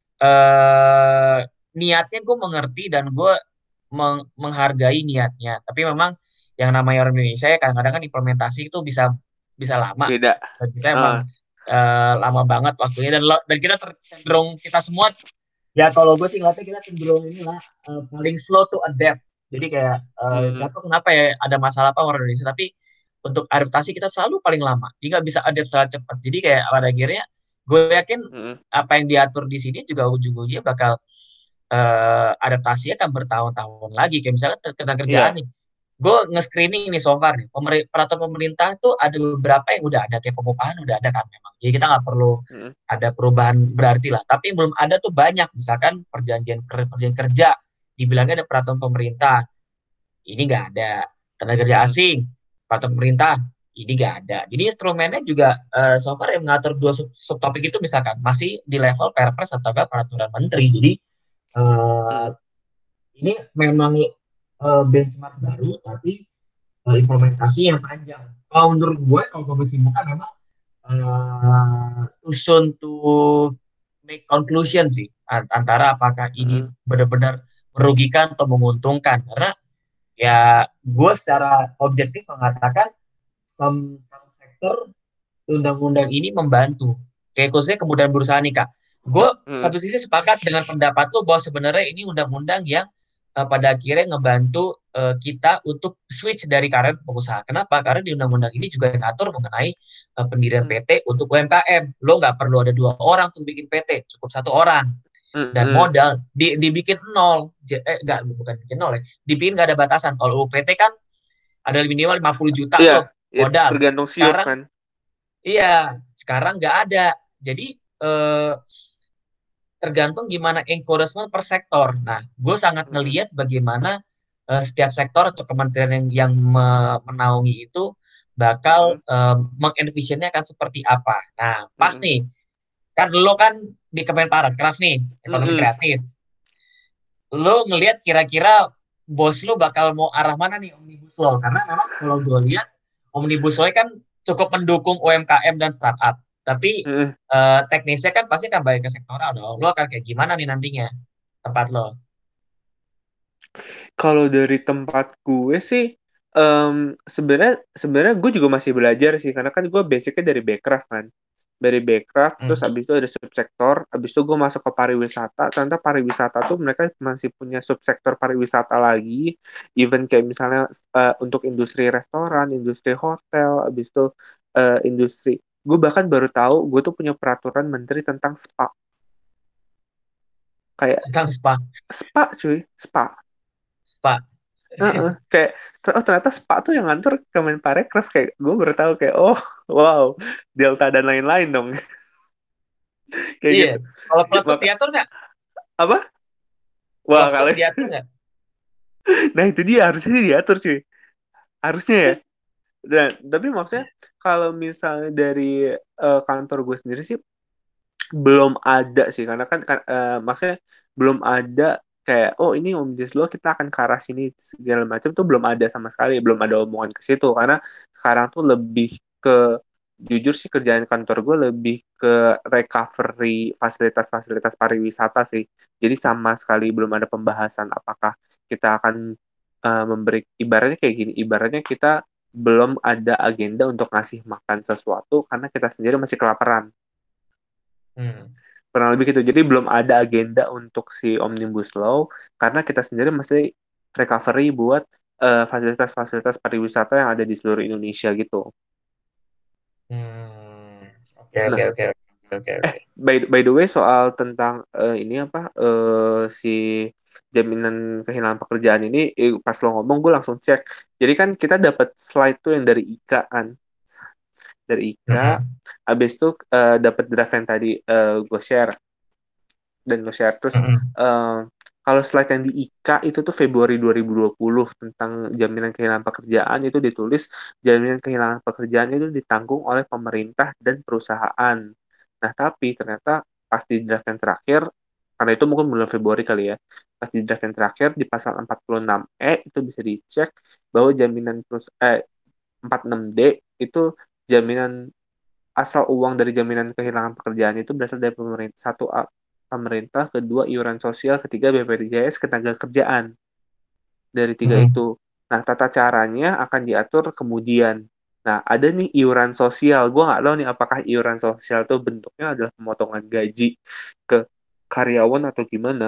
eh, niatnya gue mengerti dan gue meng- menghargai niatnya. Tapi memang yang namanya orang Indonesia ya kadang-kadang kan implementasi itu bisa bisa lama. Beda. Dan kita emang Ah, eh, lama banget waktunya, dan lo- dan kita ter- cenderung kita semua, ya kalau gue sih ngeliatnya kita cenderung inilah eh, paling slow to adapt. Jadi kayak eh, gak mhm, tau kenapa ya ada masalah apa orang Indonesia, tapi untuk adaptasi kita selalu paling lama. Dia nggak bisa adapt secara cepat. Jadi kayak pada akhirnya gue yakin mhm. apa yang diatur di sini juga ujung-ujungnya bakal eh, adaptasinya akan bertahun-tahun lagi. Kayak misalnya ketenaga kerjaan Iya. nih, gue nge-screening nih so far nih, Pemer- peraturan pemerintah tuh ada beberapa yang udah ada, kayak pengupahan udah ada kan memang. Jadi kita nggak perlu Mhm, ada perubahan berarti lah. Tapi yang belum ada tuh banyak. Misalkan perjanjian ker- perjanjian kerja, dibilangnya ada peraturan pemerintah, ini nggak ada. Tenaga kerja mhm, asing, peraturan pemerintah, ini nggak ada. Jadi instrumennya juga eh, so far yang mengatur dua sub, subtopik itu misalkan masih di level Perpres atau peraturan menteri. Jadi eh, mhm. ini memang eh, benchmark baru, tapi eh, implementasi yang panjang. Kalau menurut gue, kalau gue bersimpulkan memang uh, too soon to make conclusion sih, antara apakah ini Mhm. benar-benar merugikan atau menguntungkan, karena ya gue secara objektif mengatakan some, some sektor undang-undang ini membantu, kayak khususnya kemudahan berusaha nih Kak. Gue Mhm. satu sisi sepakat dengan pendapat lo bahwa sebenarnya ini undang-undang yang uh, pada akhirnya ngebantu uh, kita untuk switch dari karir pengusaha. Kenapa? Karena di undang-undang ini juga ngatur mengenai uh, pendirian Hmm. P T untuk U M K M. Lo nggak perlu ada dua orang untuk bikin P T, cukup satu orang. Dan Mm-mm. modal di, dibikin nol, eh nggak bukan bikin nol ya, dibikin nggak ada batasan. Kalau U P T kan ada minimal lima puluh juta Iya, tuh ya, modal. tergantung siup Sekarang kan. iya, sekarang nggak ada. Jadi eh, tergantung gimana encouragement per sektor. Nah, gue sangat Mm-mm. ngelihat bagaimana eh, setiap sektor atau kementerian yang, yang me- menaungi itu bakal Mm-mm. eh, mengenvisionnya akan seperti apa. Nah, pas Mm-mm. nih, kan lo kan di Kemenparekraf nih, ekonomi Mm-mm. kreatif. Lo ngelihat kira-kira bos lo bakal mau arah mana nih omnibus law? Karena memang kalau gue lihat omnibus law kan cukup mendukung U M K M dan startup, tapi Mm-mm. eh, teknisnya kan pasti kan balik ke sektoral dong. Lo akan kayak gimana nih nantinya tempat lo? Kalau dari tempat gue sih, em, sebenarnya sebenarnya gue juga masih belajar sih, karena kan gue basicnya dari backcraft kan, dari backcraft, terus Hmm. abis itu ada subsektor, abis itu gue masuk ke pariwisata. Ternyata pariwisata tuh mereka masih punya subsektor pariwisata lagi, even kayak misalnya eh, untuk industri restoran, industri hotel, abis itu eh, industri. Gue bahkan baru tahu gue tuh punya peraturan menteri tentang spa, kayak Tentang spa, spa cuy, spa. spa. Heeh, kayak ter- oh ternyata spa tuh yang ngatur Kemenparekraf, kayak gue baru tahu kayak oh wow, Delta dan lain-lain dong. Kayak Iya. gitu. Kalau plus plus Maka diatur nggak? apa? Wah Plus plus kalau diatur nggak? nah itu dia harusnya sih diatur cuy, harusnya ya. Dan tapi maksudnya kalau misalnya dari eh, kantor gue sendiri sih belum ada sih, karena kan kan, eh, maksudnya belum ada kayak oh ini omnibus law kita akan ke arah sini segala macam tuh belum ada sama sekali, belum ada omongan ke situ. Karena sekarang tuh lebih ke, jujur sih kerjaan kantor gue lebih ke recovery fasilitas-fasilitas pariwisata sih. Jadi sama sekali belum ada pembahasan apakah kita akan eh, memberi, ibaratnya kayak gini, ibaratnya kita belum ada agenda untuk ngasih makan sesuatu karena kita sendiri masih kelaparan. Hmm. Kurang lebih gitu. Jadi belum ada agenda untuk si Omnibus Law karena kita sendiri masih recovery buat eh, fasilitas-fasilitas pariwisata yang ada di seluruh Indonesia gitu. Hmm. Oke oke Nah, oke oke oke eh oke. by, by the way soal tentang eh, ini apa eh, si jaminan kehilangan pekerjaan ini, eh, pas lo ngomong gue langsung cek. Jadi kan kita dapat slide tuh yang dari Ika kan, dari Ika. Hmm. Habis itu eh, dapat draft yang tadi eh, gue share dan nge-share terus Hmm. eh, kalau slide yang di I K A itu tuh Februari dua ribu dua puluh tentang jaminan kehilangan pekerjaan, itu ditulis jaminan kehilangan pekerjaan itu ditanggung oleh pemerintah dan perusahaan. Nah, tapi ternyata pas di draft yang terakhir, karena itu mungkin bulan Februari kali ya, pas di draft yang terakhir di pasal empat puluh enam E itu bisa dicek bahwa jaminan terus eh empat puluh enam D itu jaminan asal uang dari jaminan kehilangan pekerjaan itu berasal dari pemerintah. Satu, a- pemerintah, kedua iuran sosial, ketiga B P J S ketenaga kerjaan. Dari tiga Hmm. itu. Nah, tata caranya akan diatur kemudian. Nah, ada nih iuran sosial. Gue nggak tahu nih apakah iuran sosial itu bentuknya adalah pemotongan gaji ke karyawan atau gimana.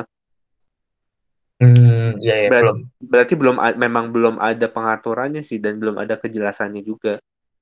Hmm. Ya ya Berat- belum. berarti belum a- memang belum ada pengaturannya sih dan belum ada kejelasannya juga.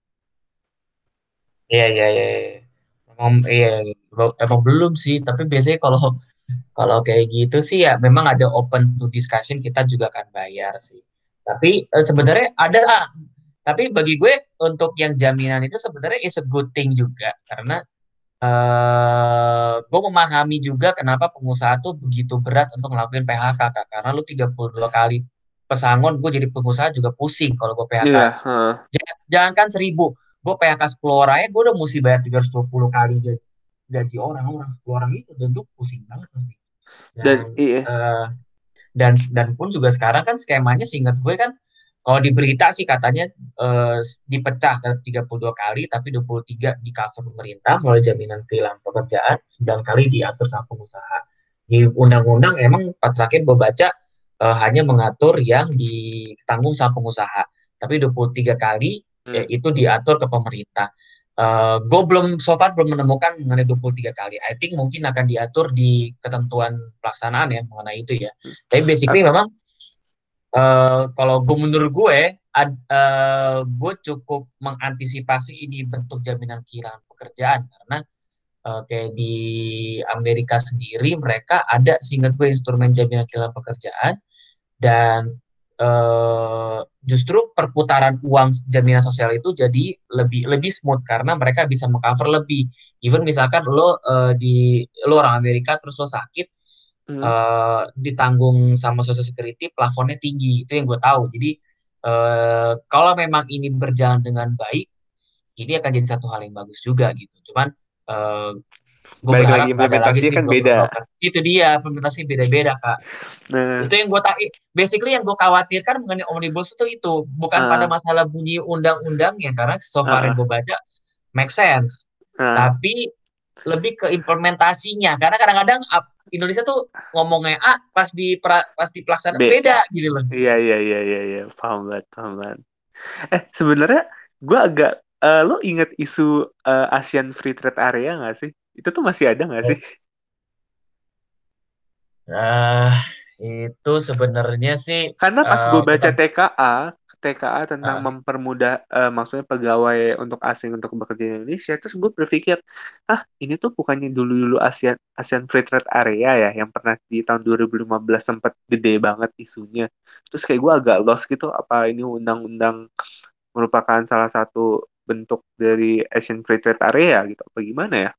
Iya iya iya. Iya. Emang iya emang emang belum sih. Tapi biasanya kalau kalau kayak gitu sih ya memang ada open to discussion, kita juga akan bayar sih. Tapi eh, sebenarnya ada ah, tapi bagi gue untuk yang jaminan itu sebenarnya is a good thing juga karena eh gue memahami juga kenapa pengusaha tuh begitu berat untuk ngelakuin P H K Kak. Karena lu tiga puluh dua kali pesangon, gue jadi pengusaha juga pusing kalau gue P H K. Iya, heeh. Jangan, jangankan seribu, gue P H K sepuluh orang aja gue udah mesti bayar tiga ratus dua puluh kali gaji, gaji orang orang sepuluh orang itu tentu pusing banget pasti. Dan Dan iya, eh, dan dan pun juga sekarang kan skemanya seingat gue kan kalau di berita sih katanya eh, dipecah ke tiga puluh dua kali tapi dua puluh tiga di cover pemerintah melalui jaminan kehilangan pekerjaan, sembilan kali diatur sama pengusaha. Di undang-undang emang pas terakhir gue baca eh, hanya mengatur yang ditanggung sama pengusaha, tapi dua puluh tiga kali eh, hmm, itu diatur ke pemerintah. Uh, gue belum so far belum menemukan mengenai dua puluh tiga kali. I think mungkin akan diatur di ketentuan pelaksanaan ya mengenai itu ya. Tapi basically ap- memang eh, kalau gue menurut gue, ad, eh, gue cukup mengantisipasi ini bentuk jaminan kehilangan pekerjaan karena eh, kayak di Amerika sendiri mereka ada seingat gue instrumen jaminan kehilangan pekerjaan dan eh, justru perputaran uang jaminan sosial itu jadi lebih lebih smooth karena mereka bisa mengcover lebih. Even misalkan lo eh, di lo orang Amerika terus lo sakit Hmm. eh, ditanggung sama Social Security plafonnya tinggi itu yang gue tahu. Jadi eh, kalau memang ini berjalan dengan baik, ini akan jadi satu hal yang bagus juga gitu. Cuman eh, gue Balik lagi berharap nggak ada lagi implementasinya sih kan beda. broker-broker. Itu dia implementasi beda-beda Kak. Nah, Itu yang gue tak, basically yang gue khawatirkan mengenai omnibus itu itu bukan pada ah, masalah bunyi undang-undangnya karena so ah, far yang ah, gue baca make sense, ah. tapi lebih ke implementasinya karena kadang-kadang ap- Indonesia tuh ngomongnya A pas di pra- pas di pelaksanaan B. beda gitu loh. Iya, iya, iya, iya, iya. Paham banget, paham banget. Eh, sebenarnya gue agak, eh, lo inget isu eh, ASEAN Free Trade Area nggak sih? Itu tuh masih ada nggak sih? Nah, itu sebenarnya sih Karena pas eh, gue udah baca kan. T K A, T K A tentang Ah, mempermudah, eh, maksudnya pegawai untuk asing untuk bekerja di Indonesia, terus gue berpikir, ah ini tuh bukannya dulu-dulu ASEAN ASEAN Free Trade Area ya, yang pernah di tahun dua ribu lima belas sempat gede banget isunya. Terus kayak gue agak lost gitu, apa ini undang-undang merupakan salah satu bentuk dari Asian Free Trade Area gitu, apa gimana ya?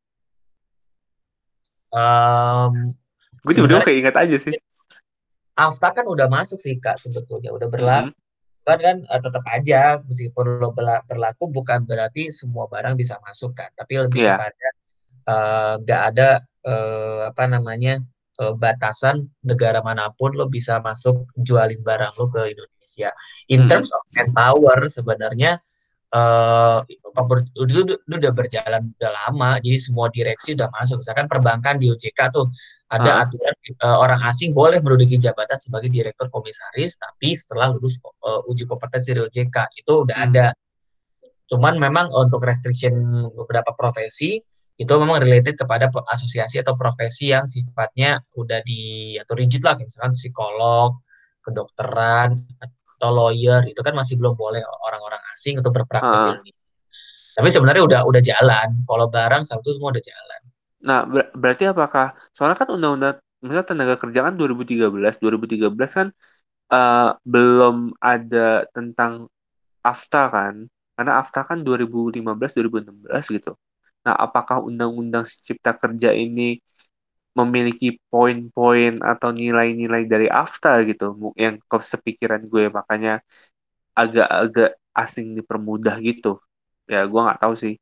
em, Gue tiba-tiba sebenarnya kayak ingat aja sih. AFTA kan udah masuk sih Kak sebetulnya udah berlaku Mm-mm. kan kan eh, tetap aja meskipun lo bela- berlaku bukan berarti semua barang bisa masuk kan tapi lebih Iya. kepada eh, nggak ada eh, apa namanya eh, batasan negara manapun lo bisa masuk jualin barang lo ke Indonesia. In Mm-mm. terms of manpower sebenarnya eh itu, itu udah berjalan udah lama jadi semua direksi udah masuk misalkan perbankan di O J K tuh ada Ah. aturan eh, orang asing boleh menduduki jabatan sebagai direktur komisaris tapi setelah lulus eh, uji kompetensi dari O J K itu udah Mm. ada cuman memang untuk restriction beberapa profesi itu memang related kepada pe- asosiasi atau profesi yang sifatnya udah di atau rigid lah kayak misalkan psikolog kedokteran atau lawyer itu kan masih belum boleh orang-orang asing untuk berpraktek di Ah. Indonesia. Tapi sebenarnya udah udah jalan. Kalau barang Sabtu semua udah jalan. Nah, ber- berarti apakah, soalnya kan undang-undang, misalnya tenaga kerja kan dua ribu tiga belas, dua ribu tiga belas kan eh, belum ada tentang AFTA kan, karena AFTA kan dua ribu lima belas, dua ribu enam belas gitu. Nah, apakah undang-undang Cipta Kerja ini memiliki poin-poin atau nilai-nilai dari AFTA gitu, Mu- yang ke sepikiran gue, makanya agak-agak asing dipermudah gitu. Ya, gue nggak tahu sih.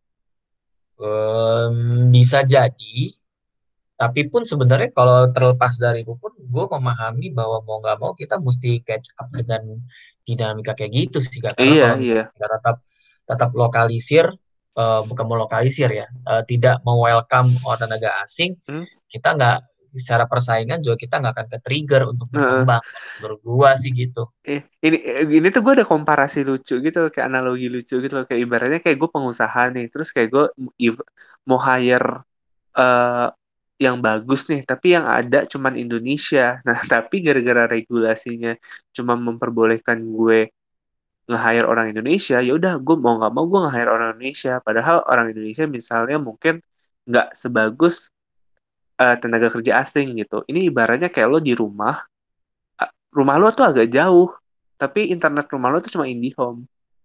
Em, bisa jadi. Tapi pun sebenarnya kalau terlepas dari itu pun gue memahami bahwa mau nggak mau kita mesti catch up dengan dinamika kayak gitu sih Kak. Karena Iya, kalau iya. misalnya kita tetap tetap lokalisir, eh, bukan mau lokalisir ya, eh, tidak mau welcome orang tenaga asing, Hmm? kita nggak secara persaingan juga kita nggak akan ke-trigger untuk Heeh. berkembang. Menurut gua sih gitu. Eh, ini eh, ini tuh gue ada komparasi lucu gitu, kayak analogi lucu gitu loh. Kayak ibaratnya kayak gue pengusaha nih, terus kayak gue if- mau hire eh, yang bagus nih, tapi yang ada cuman Indonesia. Nah, tapi gara-gara regulasinya cuma memperbolehkan gue nge-hire orang Indonesia, ya udah gue mau nggak mau gue nge-hire orang Indonesia. Padahal orang Indonesia misalnya mungkin nggak sebagus eh, tenaga kerja asing gitu. Ini ibaratnya kayak lo di rumah, eh, rumah lo tuh agak jauh, tapi internet rumah lo tuh cuma IndiHome.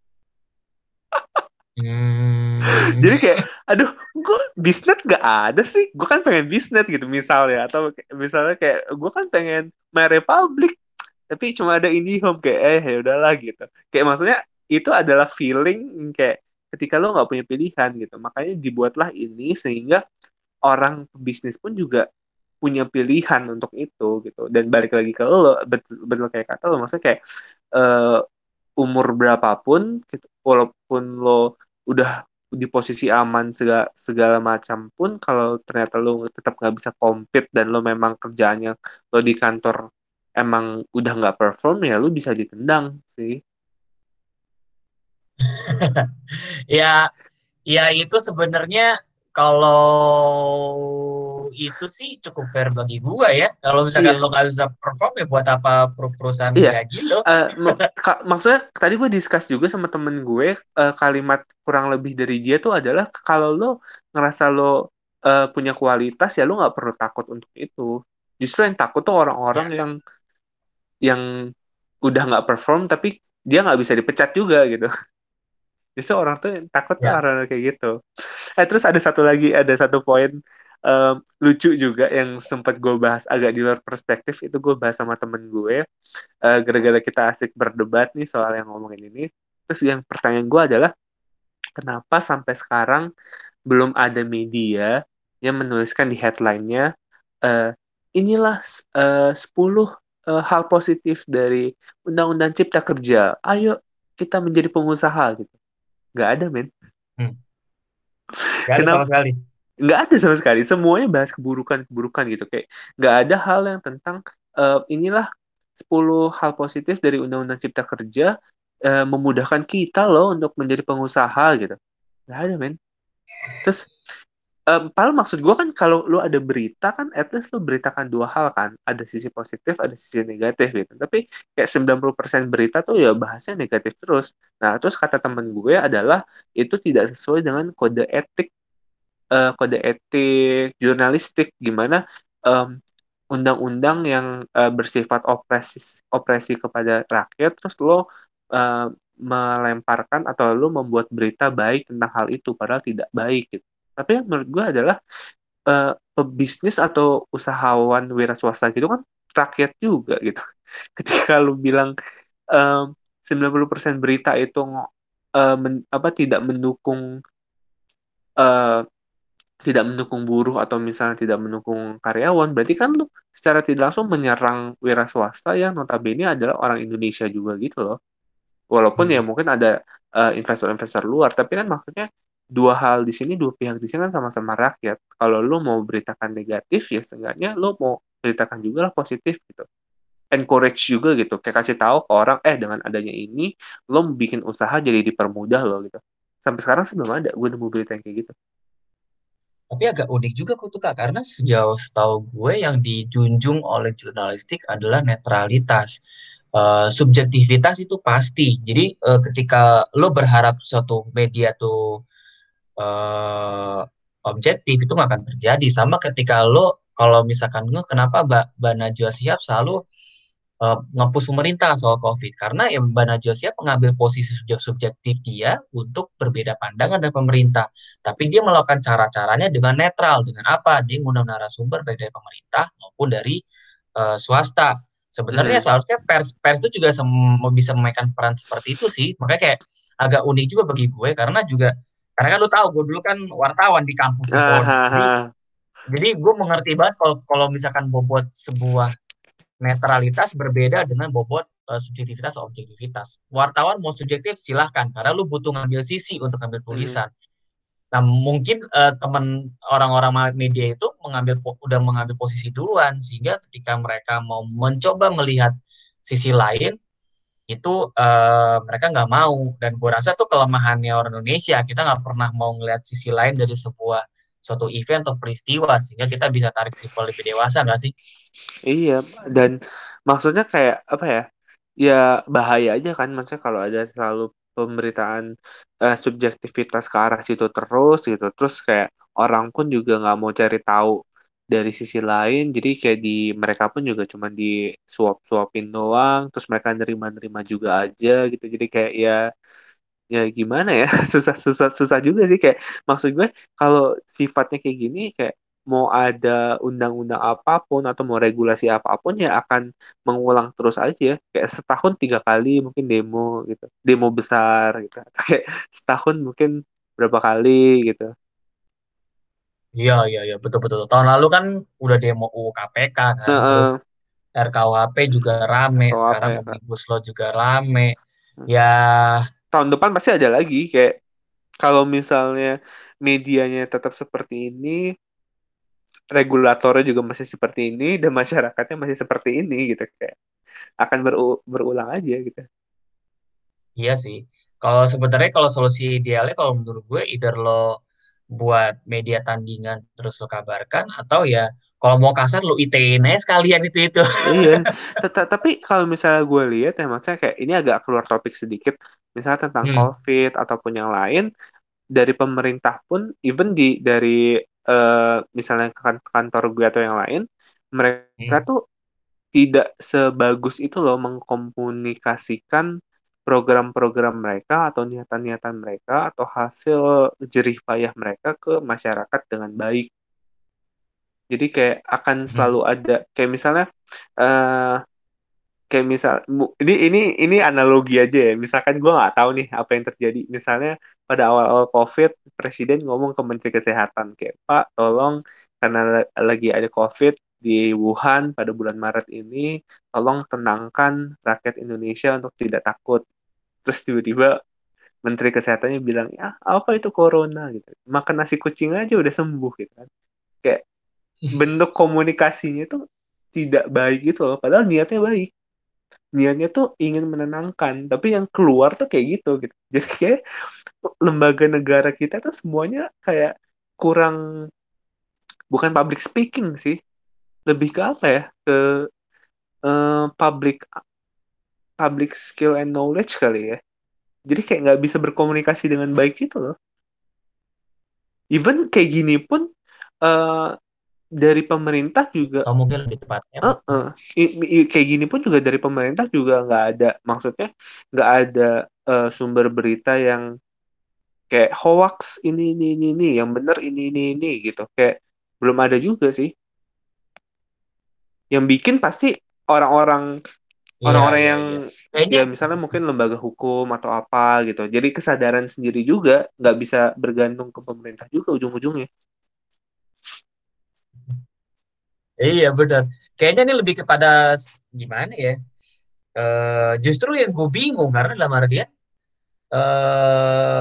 Hmm, Jadi kayak, aduh, gue bisnet gak ada sih. Gue kan pengen bisnet gitu misalnya, atau kayak- misalnya kayak gue kan pengen My Republic, tapi cuma ada IndiHome, kayak eh ya udahlah gitu. Kayak maksudnya itu adalah feeling kayak ketika lo nggak punya pilihan gitu. Makanya dibuatlah ini sehingga orang bisnis pun juga punya pilihan untuk itu gitu. Dan balik lagi ke lo, betul, betul kayak kata lo, maksudnya kayak eh, umur berapapun, gitu, walaupun lo udah di posisi aman segala, segala macam pun, kalau ternyata lo tetap nggak bisa compete dan lo memang kerjaannya lo di kantor emang udah nggak perform, ya lo bisa ditendang sih. ya, ya itu sebenarnya kalau itu sih cukup fair bagi gua ya. Kalau misalkan Iya, lo nggak bisa perform ya buat apa per- perusahaan iya. gaji lo? Eh, me- ka- maksudnya tadi gue discuss juga sama temen gue, eh, kalimat kurang lebih dari dia tuh adalah kalau lo ngerasa lo eh, punya kualitas ya lo nggak perlu takut untuk itu. Justru yang takut tuh orang-orang Ya, yang yang udah nggak perform tapi dia nggak bisa dipecat juga gitu. Justru orang tuh yang takut tuh ya. orang kayak gitu. Eh terus ada satu lagi, ada satu poin em, lucu juga yang sempat gue bahas agak di luar perspektif, itu gue bahas sama temen gue, eh, gara-gara kita asik berdebat nih soal yang ngomongin ini. Terus yang pertanyaan gue adalah kenapa sampai sekarang belum ada media yang menuliskan di headline-nya, eh, inilah eh, sepuluh eh, hal positif dari Undang-Undang Cipta Kerja. Ayo kita menjadi pengusaha gitu. Nggak ada, men. Hmm. Gak ada sama Kenapa? sekali. Nggak ada sama sekali. Semuanya bahas keburukan-keburukan gitu. Kayak nggak ada hal yang tentang eh, inilah sepuluh hal positif dari Undang-Undang Cipta Kerja, eh, memudahkan kita loh untuk menjadi pengusaha gitu. Nggak ada, men. Terus Em, padahal maksud gue kan kalau lu ada berita kan at least lu beritakan dua hal kan. Ada sisi positif, ada sisi negatif gitu. Tapi kayak sembilan puluh persen berita tuh ya bahasnya negatif terus. Nah, terus kata temen gue adalah itu tidak sesuai dengan kode etik, eh, kode etik jurnalistik, gimana em, undang-undang yang eh, bersifat opresi opresi kepada rakyat terus lo eh, melemparkan atau lo membuat berita baik tentang hal itu padahal tidak baik gitu. Tapi yang menurut gue adalah eh, pebisnis atau usahawan wira swasta gitu kan rakyat juga gitu. Ketika lu bilang em, sembilan puluh persen berita itu ngo- eh, men- apa tidak mendukung eh, tidak mendukung buruh atau misalnya tidak mendukung karyawan, berarti kan lu secara tidak langsung menyerang wira swasta yang notabene adalah orang Indonesia juga gitu loh. Walaupun ya Hmm. mungkin ada eh, investor-investor luar, tapi kan maksudnya dua hal di sini, dua pihak di sini kan sama-sama rakyat. Kalau lu mau beritakan negatif ya seenggaknya lu mau beritakan juga lah positif gitu. Encourage juga gitu, kayak kasih tahu ke orang, eh dengan adanya ini lo bikin usaha jadi dipermudah loh gitu. Sampai sekarang sih belum ada gue nemu berita yang kayak gitu. Tapi agak unik juga kok tuh Kak, karena sejauh setahu gue yang dijunjung oleh jurnalistik adalah netralitas. Eh, subjektivitas itu pasti. Jadi eh, ketika lo berharap suatu media tuh eh, objektif itu nggak akan terjadi. Sama ketika lo kalau misalkan nge kenapa Mbak, Mbak Najwa Shihab selalu eh, nge-push pemerintah soal COVID karena ya Mbak Najwa Shihab mengambil posisi subjek- subjektif dia untuk berbeda pandangan dengan pemerintah. Tapi dia melakukan cara-caranya dengan netral. Dengan apa? Dia ngundang narasumber baik dari pemerintah maupun dari eh, swasta. Sebenarnya Mhm. seharusnya pers pers itu juga sem- bisa memainkan peran seperti itu sih. Makanya kayak agak unik juga bagi gue karena juga karena kan lu tahu gue dulu kan wartawan di kampus di Polri. Jadi Ah, jadi gue mengerti banget kalau kalau misalkan bobot sebuah netralitas berbeda dengan bobot eh, subjektivitas atau objektivitas. Wartawan mau subjektif silahkan karena lu butuh ngambil sisi untuk ngambil mhm. tulisan. Nah, mungkin eh, teman orang-orang media itu mengambil po- udah mengambil posisi duluan sehingga ketika mereka mau mencoba melihat sisi lain itu eh, mereka nggak mau dan gue rasa tuh kelemahannya orang Indonesia kita nggak pernah mau ngelihat sisi lain dari sebuah suatu event atau peristiwa sehingga kita bisa tarik simpul lebih dewasa nggak sih? Iya, dan maksudnya kayak apa ya? Ya bahaya aja kan, maksudnya kalau ada selalu pemberitaan eh, subjektivitas ke arah situ terus gitu, terus kayak orang pun juga nggak mau cari tahu dari sisi lain, jadi kayak di mereka pun juga cuma di suap-suapin doang, terus mereka nerima-nerima juga aja gitu, jadi kayak ya ya gimana ya susah susah susah juga sih kayak maksud gue kalau sifatnya kayak gini kayak mau ada undang-undang apapun atau mau regulasi apapun ya akan mengulang terus aja kayak setahun tiga kali mungkin demo gitu demo besar gitu atau kayak setahun mungkin berapa kali gitu. Iya, iya, iya, betul, betul. Tahun lalu kan udah demo U U K P K kan, Nah, terus eh, R K U H P juga rame, kalau apa sekarang ya Kak? Omnibus Law juga rame. Ya, Tahun depan pasti ada lagi kayak kalau misalnya medianya tetap seperti ini, regulatornya juga masih seperti ini dan masyarakatnya masih seperti ini gitu kayak akan beru- berulang aja gitu. iya sih. Kalau sebenarnya kalau solusi idealnya kalau menurut gue either lo buat media tandingan terus lo kabarkan, atau ya kalau mau kasar lo itein aja sekalian itu itu. Iya, Teta- tapi kalau misalnya gue lihat ya, maksudnya kayak ini agak keluar topik sedikit, misalnya tentang Hmm. COVID ataupun yang lain, dari pemerintah pun, even di dari eh, misalnya ke kan- kantor gue atau yang lain, mereka Hmm. tuh tidak sebagus itu loh mengkomunikasikan program-program mereka atau niatan-niatan mereka atau hasil jerih payah mereka ke masyarakat dengan baik. Jadi kayak akan Hmm. selalu ada kayak misalnya eh kayak misal mu- ini ini ini analogi aja ya. Misalkan gue nggak tahu nih apa yang terjadi. Misalnya pada awal-awal COVID, presiden ngomong ke Menteri Kesehatan kayak Pak, tolong karena la- lagi ada COVID di Wuhan pada bulan Maret ini, tolong tenangkan rakyat Indonesia untuk tidak takut. Terus tiba-tiba Menteri Kesehatannya bilang, ya apa itu corona gitu. Makan nasi kucing aja udah sembuh gitu kan. Kayak bentuk komunikasinya itu tidak baik gitu loh. Padahal niatnya baik, niatnya tuh ingin menenangkan, tapi yang keluar tuh kayak gitu gitu. Jadi kayak lembaga negara kita tuh semuanya kayak kurang, bukan public speaking sih, lebih ke apa ya, ke eh, public public skill and knowledge kali ya. Jadi kayak nggak bisa berkomunikasi dengan baik gitu loh. Even kayak gini pun eh, dari pemerintah juga Atau mungkin lebih tepatnya eh eh, i- i- kayak gini pun juga dari pemerintah juga nggak ada, maksudnya nggak ada eh, sumber berita yang kayak hoax ini ini ini ini yang benar ini ini ini gitu, kayak belum ada juga sih. Yang bikin pasti orang-orang iya orang-orang iya yang iya kayaknya ya misalnya mungkin lembaga hukum atau apa gitu, jadi kesadaran sendiri juga nggak bisa bergantung ke pemerintah juga ujung-ujungnya. iya benar, kayaknya ini lebih kepada s- gimana ya, eh justru yang gue bingung karena dalam artian eh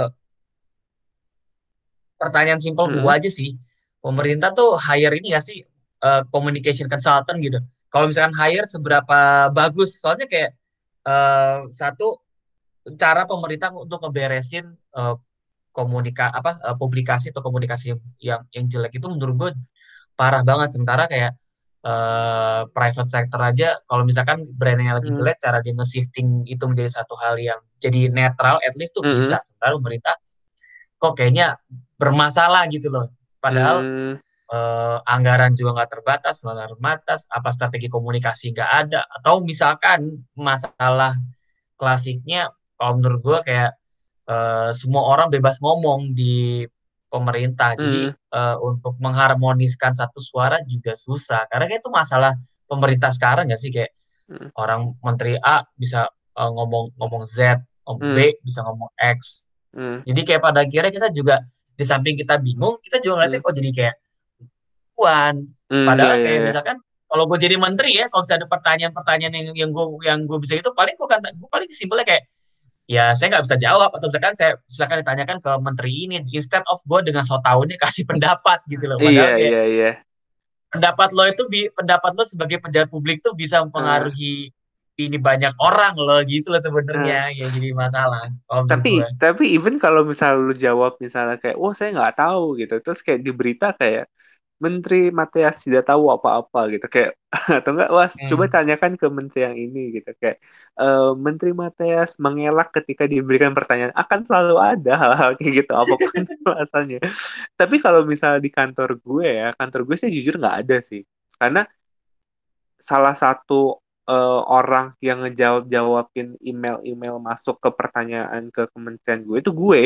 pertanyaan simpel gue Mm-mm. aja sih. Pemerintah tuh hire ini gak sih, eh, communication consultant gitu. Kalau misalkan hire seberapa bagus? Soalnya kayak eh, satu cara pemerintah untuk ngeberesin eh, komunika apa eh, publikasi atau komunikasi yang yang jelek itu menurut gue parah banget. Sementara kayak eh, private sector aja kalau misalkan brandnya lagi Mm. jelek, cara dia nge-shifting itu menjadi satu hal yang jadi netral, at least tuh Mm-mm. bisa. Sementara pemerintah kok kayaknya bermasalah gitu loh. Padahal Mm. eh, anggaran juga nggak terbatas, nggak terbatas, apa strategi komunikasi nggak ada, atau misalkan masalah klasiknya, kalau menurut gue kayak eh, semua orang bebas ngomong di pemerintah, jadi Mm. eh, untuk mengharmoniskan satu suara juga susah, karena kayak itu masalah pemerintah sekarang nggak sih, kayak Mm. orang menteri A bisa eh, ngomong ngomong Z, Mm. B bisa ngomong X, Mm. jadi kayak pada akhirnya kita juga di samping kita bingung, kita juga ngeliatnya Mm. kok jadi kayak puan. Mm. Ya Padahal ya kayak ya. misalkan kalau gue jadi menteri ya, kalau misalnya ada pertanyaan-pertanyaan yang yang gue yang gue bisa itu paling gue kan gue paling simpelnya kayak ya saya nggak bisa jawab, atau misalkan saya silakan ditanyakan ke menteri ini, instead of gue dengan so taunya kasih pendapat gitu loh. Iya Padahal kayak iya iya. pendapat lo itu bi- pendapat lo sebagai pejabat publik tuh bisa Eh, mempengaruhi ini banyak orang loh gitu loh eh. sebenarnya yang jadi masalah kalau menurut tapi gue. tapi even kalau misalnya lu jawab misalnya kayak wah saya nggak tahu gitu, terus kayak di berita kayak Menteri Matias tidak tahu apa-apa gitu kayak atau enggak, wah coba Hmm. tanyakan ke menteri yang ini gitu kayak eh, Menteri Matias mengelak ketika diberikan pertanyaan, akan selalu ada hal-hal kayak gitu apapun alasannya. Tapi kalau misalnya di kantor gue ya, kantor gue sih jujur nggak ada sih, karena salah satu eh, orang yang ngejawab-jawabin email-email masuk ke pertanyaan ke kementerian gue itu gue.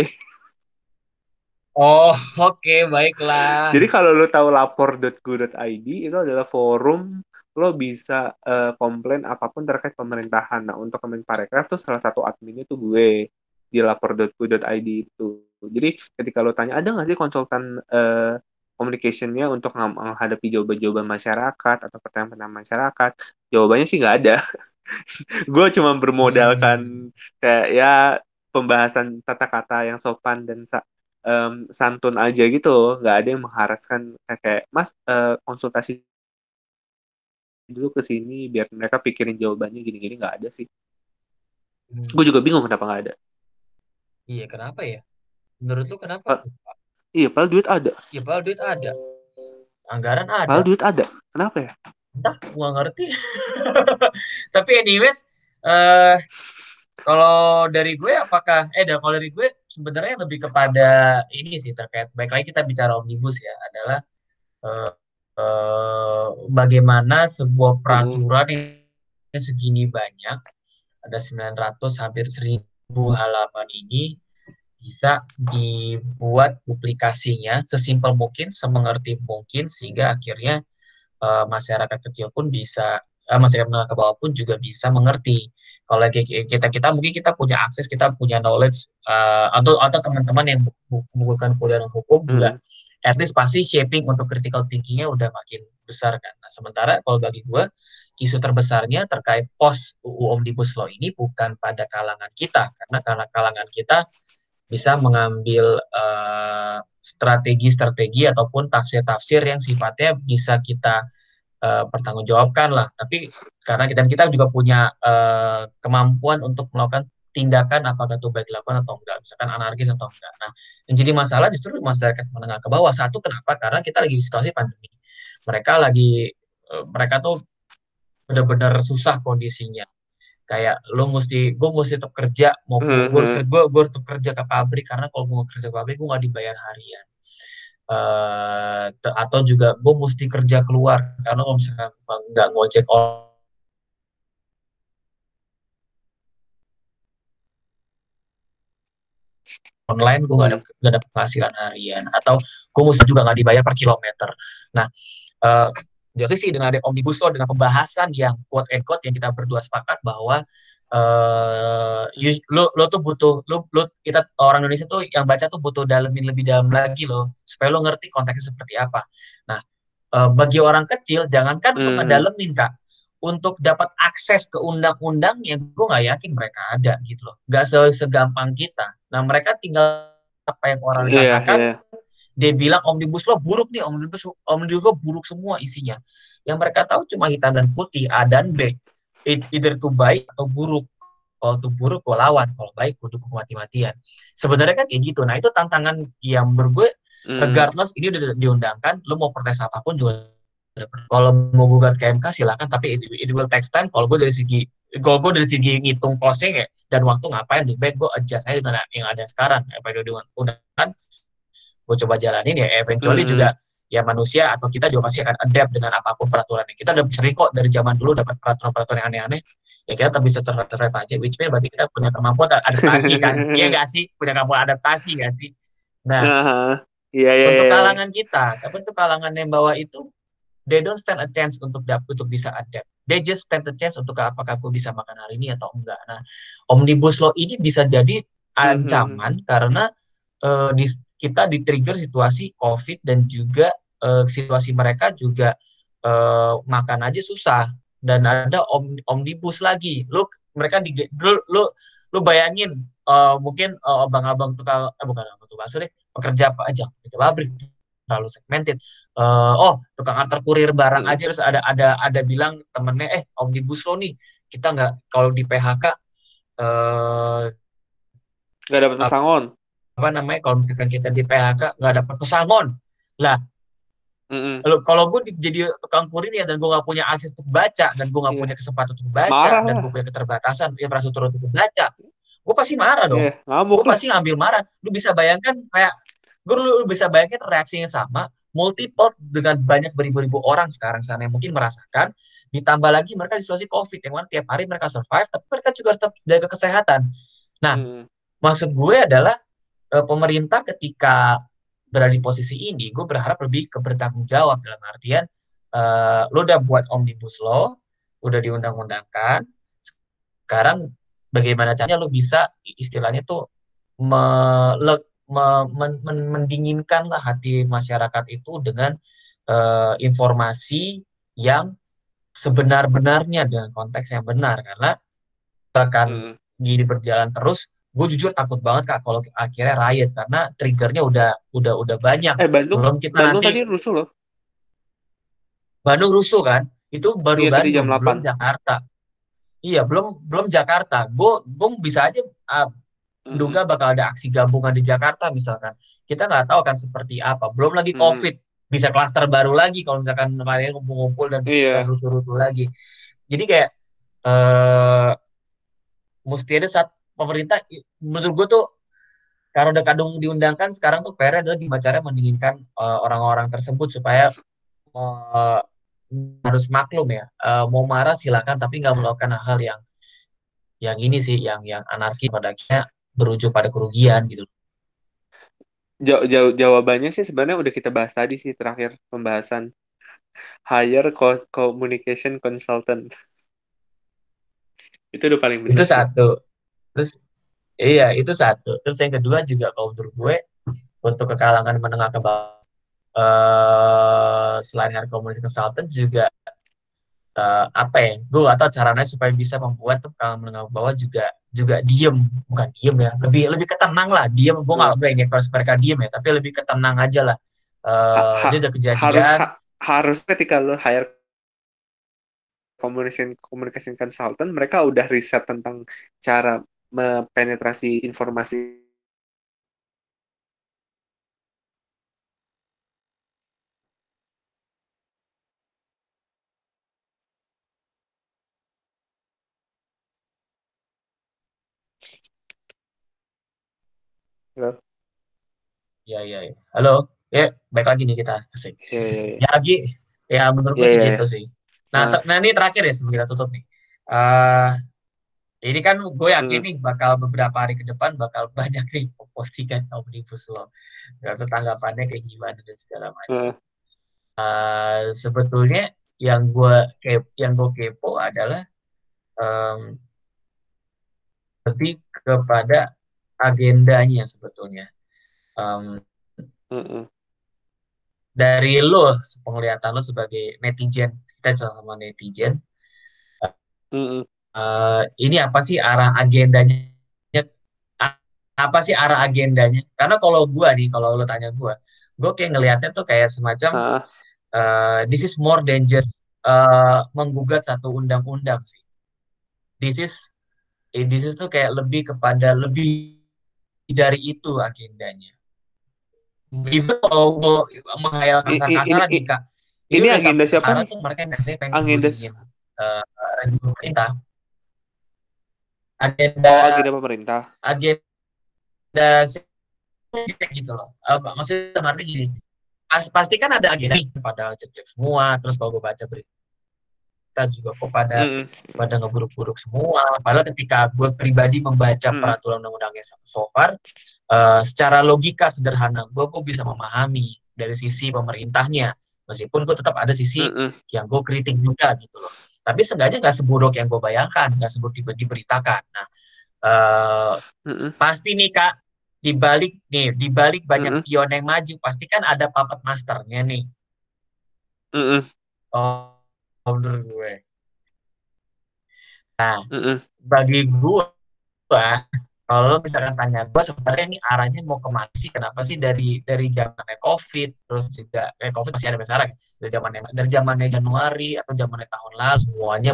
Oh, oke, baiklah. Jadi kalau lo tahu lapor titik go titik i d itu adalah forum lo bisa eh, komplain apapun terkait pemerintahan. Nah, untuk Kemenparekraf tuh salah satu adminnya tuh gue di lapor titik go titik i d itu. Jadi ketika lo tanya ada nggak sih konsultan eh, communication-nya untuk ngam- menghadapi jawaban-jawaban masyarakat atau pertanyaan-pertanyaan masyarakat, jawabannya sih nggak ada. Gue cuma bermodalkan Hmm. kayak ya pembahasan tata kata yang sopan dan sa- em, santun aja gitu, nggak ada yang mengharuskan kayak kayak, mas eh, konsultasi dulu ke sini biar mereka pikirin jawabannya gini-gini, nggak ada sih. Hmm. Gue juga bingung kenapa nggak ada. Iya, kenapa ya? Menurut lu kenapa? Eh, Lupa. Iya, padahal duit ada. Ya padahal duit ada, anggaran ada. Padahal duit ada. Kenapa ya? Entah, gua ngerti. Tapi anyways, eh kalau dari gue apakah eh dah, kalau dari gue sebenarnya lebih kepada ini sih terkait baik lagi kita bicara omnibus ya adalah eh, eh, bagaimana sebuah Mm-mm. peraturan yang segini banyak ada sembilan ratus hampir seribu halaman ini bisa dibuat publikasinya sesimpel mungkin, semengerti mungkin sehingga akhirnya eh, masyarakat kecil pun bisa eh, masyarakat menengah ke bawah pun juga bisa mengerti. Kalau lagi kita kita mungkin kita punya akses, kita punya knowledge eh, atau atau teman-teman yang bu- bukan kuliah hukum juga Mm-mm. at least pasti shaping untuk critical thinkingnya udah makin besar kan. Nah, sementara kalau bagi gue isu terbesarnya terkait pos U U Omnibus Law ini bukan pada kalangan kita karena karena kalangan kita bisa mengambil eh, strategi-strategi ataupun tafsir-tafsir yang sifatnya bisa kita eh, pertanggungjawabkan lah. Tapi karena kita kita juga punya eh, kemampuan untuk melakukan tindakan apakah itu baik dilakukan atau enggak, misalkan anarkis atau enggak. Nah, yang jadi masalah justru masyarakat menengah ke bawah. Satu, kenapa? Karena kita lagi di situasi pandemi. Mereka lagi, eh, mereka tuh benar-benar susah kondisinya. Kayak lo mesti, gue mesti tetap kerja, mau gue harus Mm-mm. kerja, gue gue tetap kerja ke pabrik karena kalau gue kerja ke pabrik gue nggak dibayar harian. Eh, te- atau juga gue mesti kerja keluar karena kalau misalkan nggak ngojek online gue nggak Mm. dapet nggak dapet penghasilan harian atau gue mesti juga nggak dibayar per kilometer. Nah, eh jadi sih dengan ada omnibus law dengan pembahasan yang quote and quote yang kita berdua sepakat bahwa eh you- lo lo tuh butuh lo lo kita orang Indonesia tuh yang baca tuh butuh dalemin lebih dalam lagi loh supaya lo ngerti konteksnya seperti apa. Nah, eh, bagi orang kecil jangankan untuk Mm-mm. ngedalemin kak, untuk dapat akses ke undang-undang yang gue nggak yakin mereka ada gitu loh, nggak se- segampang kita. Nah mereka tinggal apa yang orang Iya, katakan, iya. dia bilang omnibus law buruk nih, omnibus omnibus law buruk semua isinya. Yang mereka tahu cuma hitam dan putih, A dan B. Either itu baik atau buruk. Kalau itu buruk, gue lawan. Kalau baik, gue dukung mati-matian. Sebenarnya kan kayak gitu. Nah, itu tantangan yang menurut gue, Mm. regardless ini udah diundangkan, lu mau protes apapun juga. Kalau mau gugat ke M K silakan, tapi it, it will take time. Kalau gue dari segi, kalau gue dari segi ngitung costing ya, dan waktu ngapain, lebih baik gue adjust aja dengan yang ada sekarang. Apa itu diundangkan, gue coba jalanin ya eventually Mm-mm. juga ya manusia atau kita juga pasti akan adapt dengan apapun peraturannya. Kita udah sering kok dari zaman dulu dapat peraturan-peraturan yang aneh-aneh, ya kita tetap bisa survive aja, which means berarti kita punya kemampuan adaptasi kan, iya nggak sih, punya kemampuan adaptasi nggak sih. Nah, Aha. Iya, iya, untuk iya. kalangan kita, tapi untuk kalangan yang bawah itu, they don't stand a chance untuk untuk bisa adapt. They just stand a chance untuk apakah aku bisa makan hari ini atau enggak. Nah, omnibus law ini bisa jadi Mhm. ancaman karena eh, di, kita di-trigger situasi COVID dan juga eh, situasi mereka juga eh, makan aja susah dan ada om, omnibus lagi. Lu mereka di lu lu, lu bayangin eh, mungkin eh, abang-abang tukang eh, bukan abang tukang bakso deh, pekerja apa aja pekerja pabrik terlalu segmented. Eh, oh, tukang antar kurir barang Mhm. aja terus ada ada ada bilang temennya eh omnibus law nih kita nggak kalau di P H K eh, Nggak dapat pesangon. apa namanya kalau misalkan kita di P H K nggak dapat pesangon lah. Mhm. Kalau kalau gue jadi tukang kurir ya dan gue nggak punya akses untuk baca dan gue nggak punya Iya. kesempatan untuk baca Marah dan lah. gue punya keterbatasan infrastruktur untuk baca, gue pasti marah dong. Iya, ngamuk Gue lah. pasti ngambil marah. Lu bisa bayangkan kayak gue lu, lu bisa bayangkan reaksinya sama multiple dengan banyak beribu-ribu orang sekarang sana yang mungkin merasakan, ditambah lagi mereka di situasi COVID yang mana tiap hari mereka survive tapi mereka juga tetap jaga kesehatan. Nah, Mhm. maksud gue adalah eh, pemerintah ketika berada di posisi ini, gue berharap lebih ke bertanggung jawab dalam artian eh, lo udah buat omnibus law, udah diundang-undangkan, sekarang bagaimana caranya lo bisa istilahnya tuh me- le- me- men- men- mendinginkan lah hati masyarakat itu dengan eh, informasi yang sebenar-benarnya dengan konteks yang benar karena akan Mhm. gini berjalan terus, gue jujur takut banget kak kalau akhirnya riot karena triggernya udah udah udah banyak. Eh, Bandung, Belum kita Bandung nanti tadi rusuh loh. Bandung rusuh kan, itu baru Iya, tadi jam Bandung, belum delapan. Jakarta. Iya, belum belum Jakarta. Gue gue bisa aja uh, duga bakal ada aksi gabungan di Jakarta misalkan. Kita nggak tahu kan seperti apa. Belum lagi Mm-mm. COVID. Bisa klaster baru lagi kalau misalkan kemarin ngumpul-ngumpul dan, dan Iya. rusuh-rusuh lagi. Jadi kayak eh mesti ada saat pemerintah, menurut gue tuh, kalau udah kadung diundangkan sekarang tuh P R adalah gimana caranya mendinginkan eh, orang-orang tersebut supaya eh, harus maklum ya. Eh, mau marah silakan tapi nggak melakukan hal yang yang ini sih, yang yang anarki pada akhirnya berujung pada kerugian gitu. Jaw- jaw- jawabannya sih sebenarnya udah kita bahas tadi sih terakhir pembahasan hire co- communication consultant. Itu udah paling Itu bener sih. satu. Terus iya, itu satu. Terus yang kedua juga kalau menurut gue, untuk ke kalangan menengah ke bawah, eh selain hard community consultant juga, eh, apa ya? Gue gak tahu caranya supaya bisa membuat tuh kalangan menengah ke bawah juga juga diem, bukan diem ya, lebih lebih ketenang lah. Diem, gue Nah, gak gue ingin kalau mereka diem ya, tapi lebih ketenang aja lah. ha- Eh ini ha- ada harus kejadian. ha- harus ketika lo hire communication communication consultant, mereka udah riset tentang cara mempenetrasi informasi. Ya, Ya, ya, ya. Halo, ya, baik lagi nih kita, asik. ya, ya, Ya lagi, ya menurut ya, gue sih ya, gitu ya. sih. Nah, Nah, ter- nah ini terakhir ya sebelum kita tutup nih. Eh ini kan gue yakin hmm, nih bakal beberapa hari ke depan bakal banyak nih postingan Omnibus Law. Gak tahu tanggapannya kayak gimana dan segala macam. nah, Eh, sebetulnya yang gue kepo, yang gue kepo adalah em, lebih kepada agendanya sebetulnya. Em, hmm, hmm, dari lo, penglihatan lo sebagai netizen, kita sama netizen, hmm, hmm. eh, ini apa sih arah agendanya? A- Apa sih arah agendanya? Karena kalau gua nih, kalau lo tanya gua, gua kayak ngelihatnya tuh kayak semacam Ah, eh, this is more than just eh, menggugat satu undang-undang sih. This is eh, this is tuh kayak lebih kepada lebih dari itu agendanya. Even kalau gua menghayal i- i- ini kasar-kasaran nih i- Kak, ini ini udah agenda sampai ke siapa arah nih? tuh mereka biasanya pengen Agenda s- gulingin eh, rezim pemerintah. oh, Agenda agenda pemerintah. agenda kayak gitu loh. Eh, maksudnya kemarin gini, pas, pasti kan ada agenda nih pada cek semua. Terus kalau gue baca berita juga kok pada Hmm, pada ngeburuk-buruk semua. Padahal ketika gue pribadi membaca hmm, peraturan undang-undangnya so far, eh, secara logika sederhana gue gue bisa memahami dari sisi pemerintahnya. Meskipun gue tetap ada sisi hmm, hmm, yang gue kritik juga gitu loh. Tapi seenggaknya nggak seburuk yang gue bayangkan, nggak seburuk di- diberitakan. Nah, eh, hmm, hmm, pasti nih Kak, di balik nih, di balik banyak hmm, pion yang maju, pasti kan ada puppet masternya nih. hmm, hmm, Oh, menurut gue. Nah, hmm, hmm. bagi gue, kalau misalkan tanya gue sebenarnya ini arahnya mau kemana sih? Kenapa sih dari dari zamannya COVID, terus juga eh, COVID masih ada sampai sekarang ya? Dari zamannya dari zamannya Januari atau zamannya tahun lalu semuanya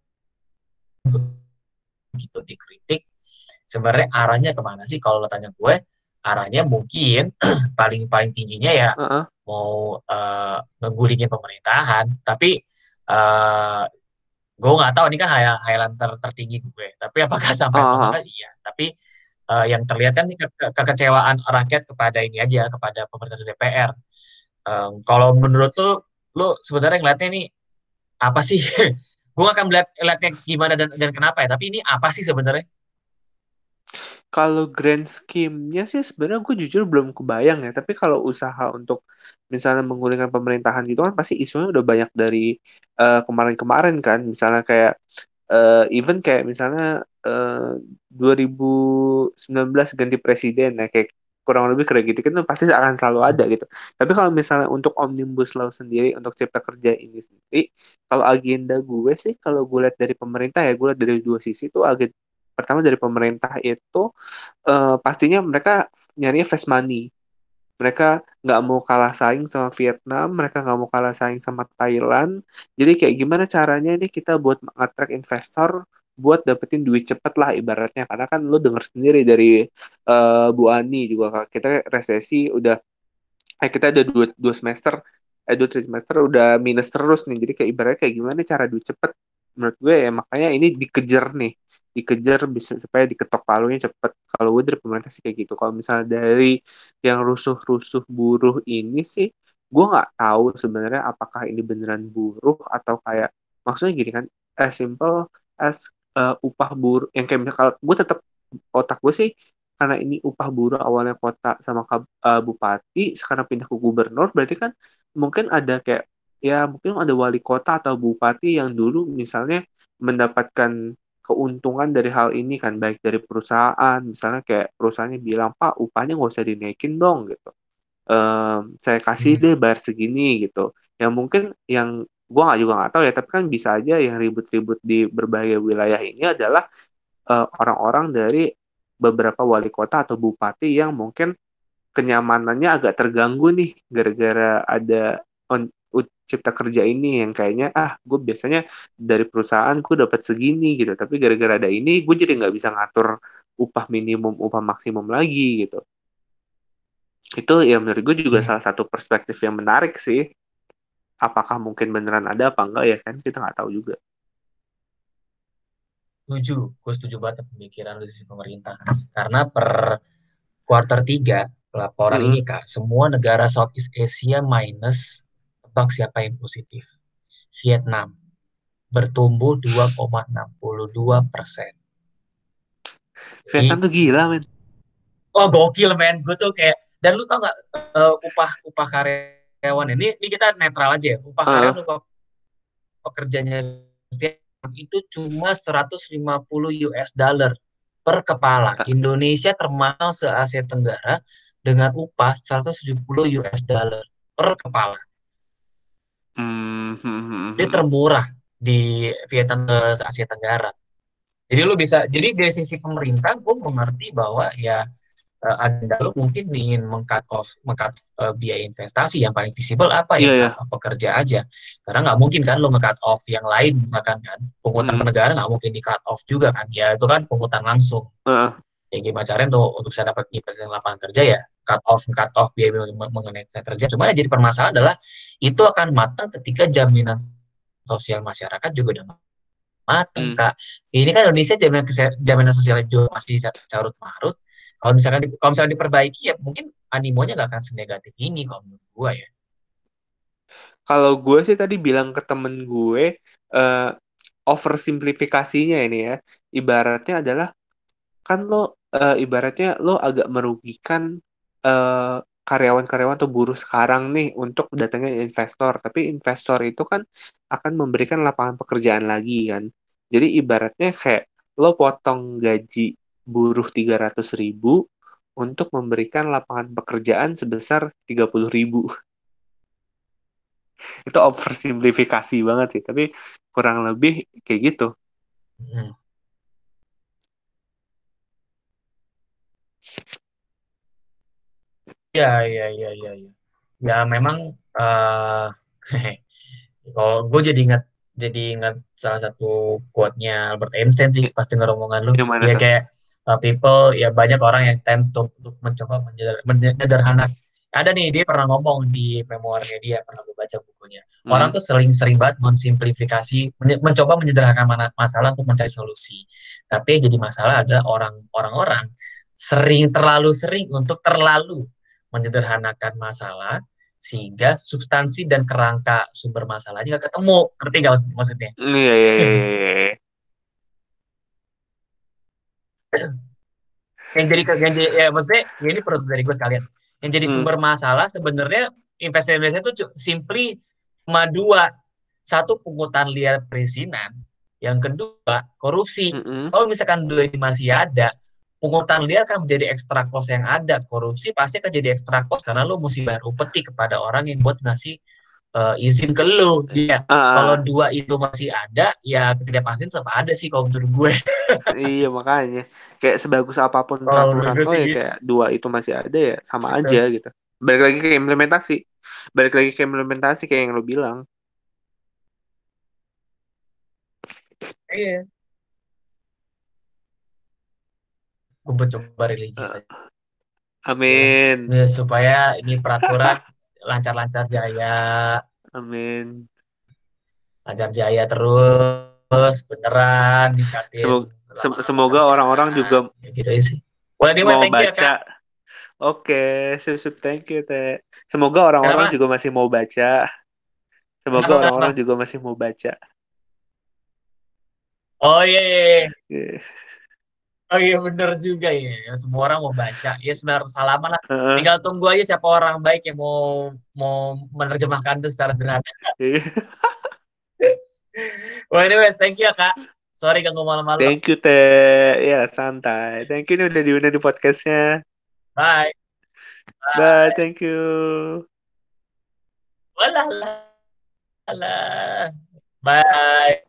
begitu dikritik. Sebenarnya arahnya kemana sih? Kalau lo tanya gue, arahnya mungkin paling paling tingginya ya Ah, mau uh, ngegulingin pemerintahan. Tapi uh, gue nggak tahu ini kan highland ter tertinggi gue. Tapi apakah sampai atau ah, enggak? Iya. Tapi uh, yang terlihat kan ke ke kekecewaan rakyat kepada ini aja, kepada pemerintah D P R. Um, kalau menurut lu, lu sebenarnya ngeliatnya ini apa sih? Gue akan melihat lihatnya gimana dan dan kenapa ya. Tapi ini apa sih sebenarnya? kalau grand scheme-nya sih sebenarnya gue jujur belum kebayang ya. Tapi kalau usaha untuk misalnya menggulingkan pemerintahan gitu kan pasti isunya udah banyak dari eh, kemarin-kemarin kan. Misalnya kayak eh, even kayak misalnya eh, dua ribu sembilan belas ganti presiden ya kayak kurang lebih kayak gitu kan pasti akan selalu ada gitu. Tapi kalau misalnya untuk Omnibus Law sendiri untuk Cipta Kerja ini sendiri, kalau agenda gue sih kalau gue lihat dari pemerintah ya gue lihat dari dua sisi tuh agenda pertama dari pemerintah itu eh, pastinya mereka nyarinya fast money. Mereka nggak mau kalah saing sama Vietnam, mereka nggak mau kalah saing sama Thailand. Jadi kayak gimana caranya nih kita buat nge-attract investor buat dapetin duit cepet lah ibaratnya. Karena kan lo denger sendiri dari uh, Bu Ani juga, Kak, kita resesi udah, eh kita ada dua, dua semester, eh dua tiga semester udah minus terus nih. Jadi kayak ibaratnya kayak gimana cara duit cepet. Menurut gue ya makanya ini dikejar nih, dikejar bisa supaya diketok palunya cepet. Kalau gue dari pemerintah sih kayak gitu. Kalau misalnya dari yang rusuh-rusuh buruh ini sih, gue nggak tahu sebenarnya apakah ini beneran buruh atau kayak, maksudnya gini kan, as simple as uh, upah buruh yang kayak misalnya, kalau gue tetap otak gue sih, karena ini upah buruh awalnya kota sama kab- uh, bupati, sekarang pindah ke gubernur, berarti kan mungkin ada kayak, ya mungkin ada wali kota atau bupati yang dulu misalnya mendapatkan keuntungan dari hal ini kan, baik dari perusahaan, misalnya kayak perusahaannya bilang, Pak, upahnya nggak usah dinaikin dong gitu. Em, saya kasih Hmm. deh bayar segini gitu. Yang mungkin yang gua nggak juga nggak tahu ya, tapi kan bisa aja yang ribut-ribut di berbagai wilayah ini adalah eh, orang-orang dari beberapa wali kota atau bupati yang mungkin kenyamanannya agak terganggu nih gara-gara ada on, u- cipta kerja ini yang kayaknya, ah gue biasanya dari perusahaan gue dapat segini gitu, tapi gara-gara ada ini gue jadi nggak bisa ngatur upah minimum upah maksimum lagi gitu. Itu ya menurut gue juga Hmm. salah satu perspektif yang menarik sih. Apakah mungkin beneran ada apa enggak ya kan kita nggak tahu juga. Setuju, gue setuju banget sama pemikiran dari sisi pemerintah. Karena per kuartal tiga laporan ini Mm-mm. Kak, semua negara Southeast Asia minus, tebak siapa yang positif? Vietnam bertumbuh dua koma enam dua persen. Vietnam Jadi, tuh gila men. oh gokil men, gue tuh kayak, dan lu tau nggak eh, upah upah karyawan ini, ini kita netral aja ya, upah Heeh. karyawan, upah pekerjanya Vietnam itu cuma seratus lima puluh U S dollar per kepala. Indonesia termahal se-Asia Tenggara dengan upah seratus tujuh puluh U S dollar per kepala. Hmm, hmm, hmm, Dia hmm. termurah di Vietnam ke Asia Tenggara. Jadi lu bisa, jadi dari sisi pemerintah, gue mengerti bahwa ya eh, agenda lu mungkin ingin mengcut off, mengcut eh, biaya investasi yang paling visible apa Iya ya, ya. cut off pekerja aja. Karena nggak mungkin kan lu nge-cut off yang lain, misalkan kan pungutan Mm-mm. negara nggak mungkin di cut off juga kan, ya itu kan pungutan langsung. Heeh. Ya gimana caranya tuh untuk bisa dapat investasi lapangan kerja ya cut off cut off biaya mengenai tenaga kerja. Cuma yang jadi permasalahan adalah itu akan matang ketika jaminan sosial masyarakat juga udah matang Hmm. Kak. Ini kan Indonesia jaminan kese- jaminan sosialnya juga masih carut marut. Kalau misalkan di- kalau misalkan diperbaiki ya mungkin animonya nggak akan senegatif ini kalau menurut gua ya. Kalau gue sih tadi bilang ke temen gue, eh oversimplifikasinya ini ya, ibaratnya adalah, kan lo eh, ibaratnya lo agak merugikan eh, karyawan-karyawan atau buruh sekarang nih untuk datangnya investor, tapi investor itu kan akan memberikan lapangan pekerjaan lagi kan. Jadi ibaratnya kayak lo potong gaji buruh tiga ratus ribu untuk memberikan lapangan pekerjaan sebesar tiga puluh ribu. Itu oversimplifikasi banget sih, tapi kurang lebih kayak gitu. Hmm. Ya, ya, ya, ya, ya. Ya memang eh kalau gue jadi ingat jadi ingat salah satu quote-nya Albert Einstein sih pas denger omongan lu. Yang mana Ya tuh? kayak uh, people ya banyak orang yang tends to untuk mencoba menyeder- menyederhanakan. Ada nih dia pernah ngomong di memoirnya dia pernah gue baca bukunya. Orang Hmm. tuh sering-sering banget mensimplifikasi, menye- mencoba menyederhanakan mana- masalah untuk mencari solusi. Tapi yang jadi masalah adalah orang orang-orang sering terlalu sering untuk terlalu menyederhanakan masalah sehingga substansi dan kerangka sumber masalahnya nggak ketemu. Ngerti nggak maksud- maksudnya? Iya, iya, iya, iya, iya, iya. Yang jadi yang jadi, ya maksudnya ya ini perut dari gue sekalian. Yang jadi Hmm. sumber masalah sebenarnya investasi Indonesia itu cu- simply cuma dua. Satu pungutan liar perizinan, yang kedua korupsi. Mm-mm. Kalau misalkan dua ini masih ada, pungutan liar kan menjadi ekstra cost yang ada. Korupsi pasti akan jadi ekstra cost karena lo mesti bayar upeti kepada orang yang buat ngasih eh, izin ke lo. Dia kalau Ah, dua itu masih ada, ya ketidakpastian tetap ada sih kalau menurut gue. iya makanya kayak sebagus apapun Kalau menurut peraturan gue lo sih ya gitu. kayak dua itu masih ada ya sama aja gitu. Balik lagi ke implementasi. Balik lagi ke implementasi kayak yang lo bilang. Iya. gue mencoba religius Uh, aja. amin. Ya, supaya ini peraturan lancar-lancar jaya, Amin. lancar jaya terus, beneran ningkatin Semoga, lapangan semoga orang-orang pekerjaan, juga ya gitu aja sih. Boleh nih, mau thank you ya baca. Kak. Oke, sip-sip, thank you, Teh. Semoga orang-orang Kenapa? juga masih mau baca. Semoga Kenapa? Kenapa? orang-orang juga masih mau baca. Oh iya, iya, iya. Iya. Oh iya bener juga ya. Semua orang mau baca. Ya sebenarnya salaman lah. Heeh. Tinggal tunggu aja siapa orang baik yang mau mau menerjemahkan itu secara sederhana. Iya. Well, anyways, thank you ya Kak. Sorry ganggu malam-malam. Thank you, Teh. Ya, santai. Thank you nih udah diundang di podcastnya. Bye. Bye, Bye. thank you. Walah, lah, lah. Bye.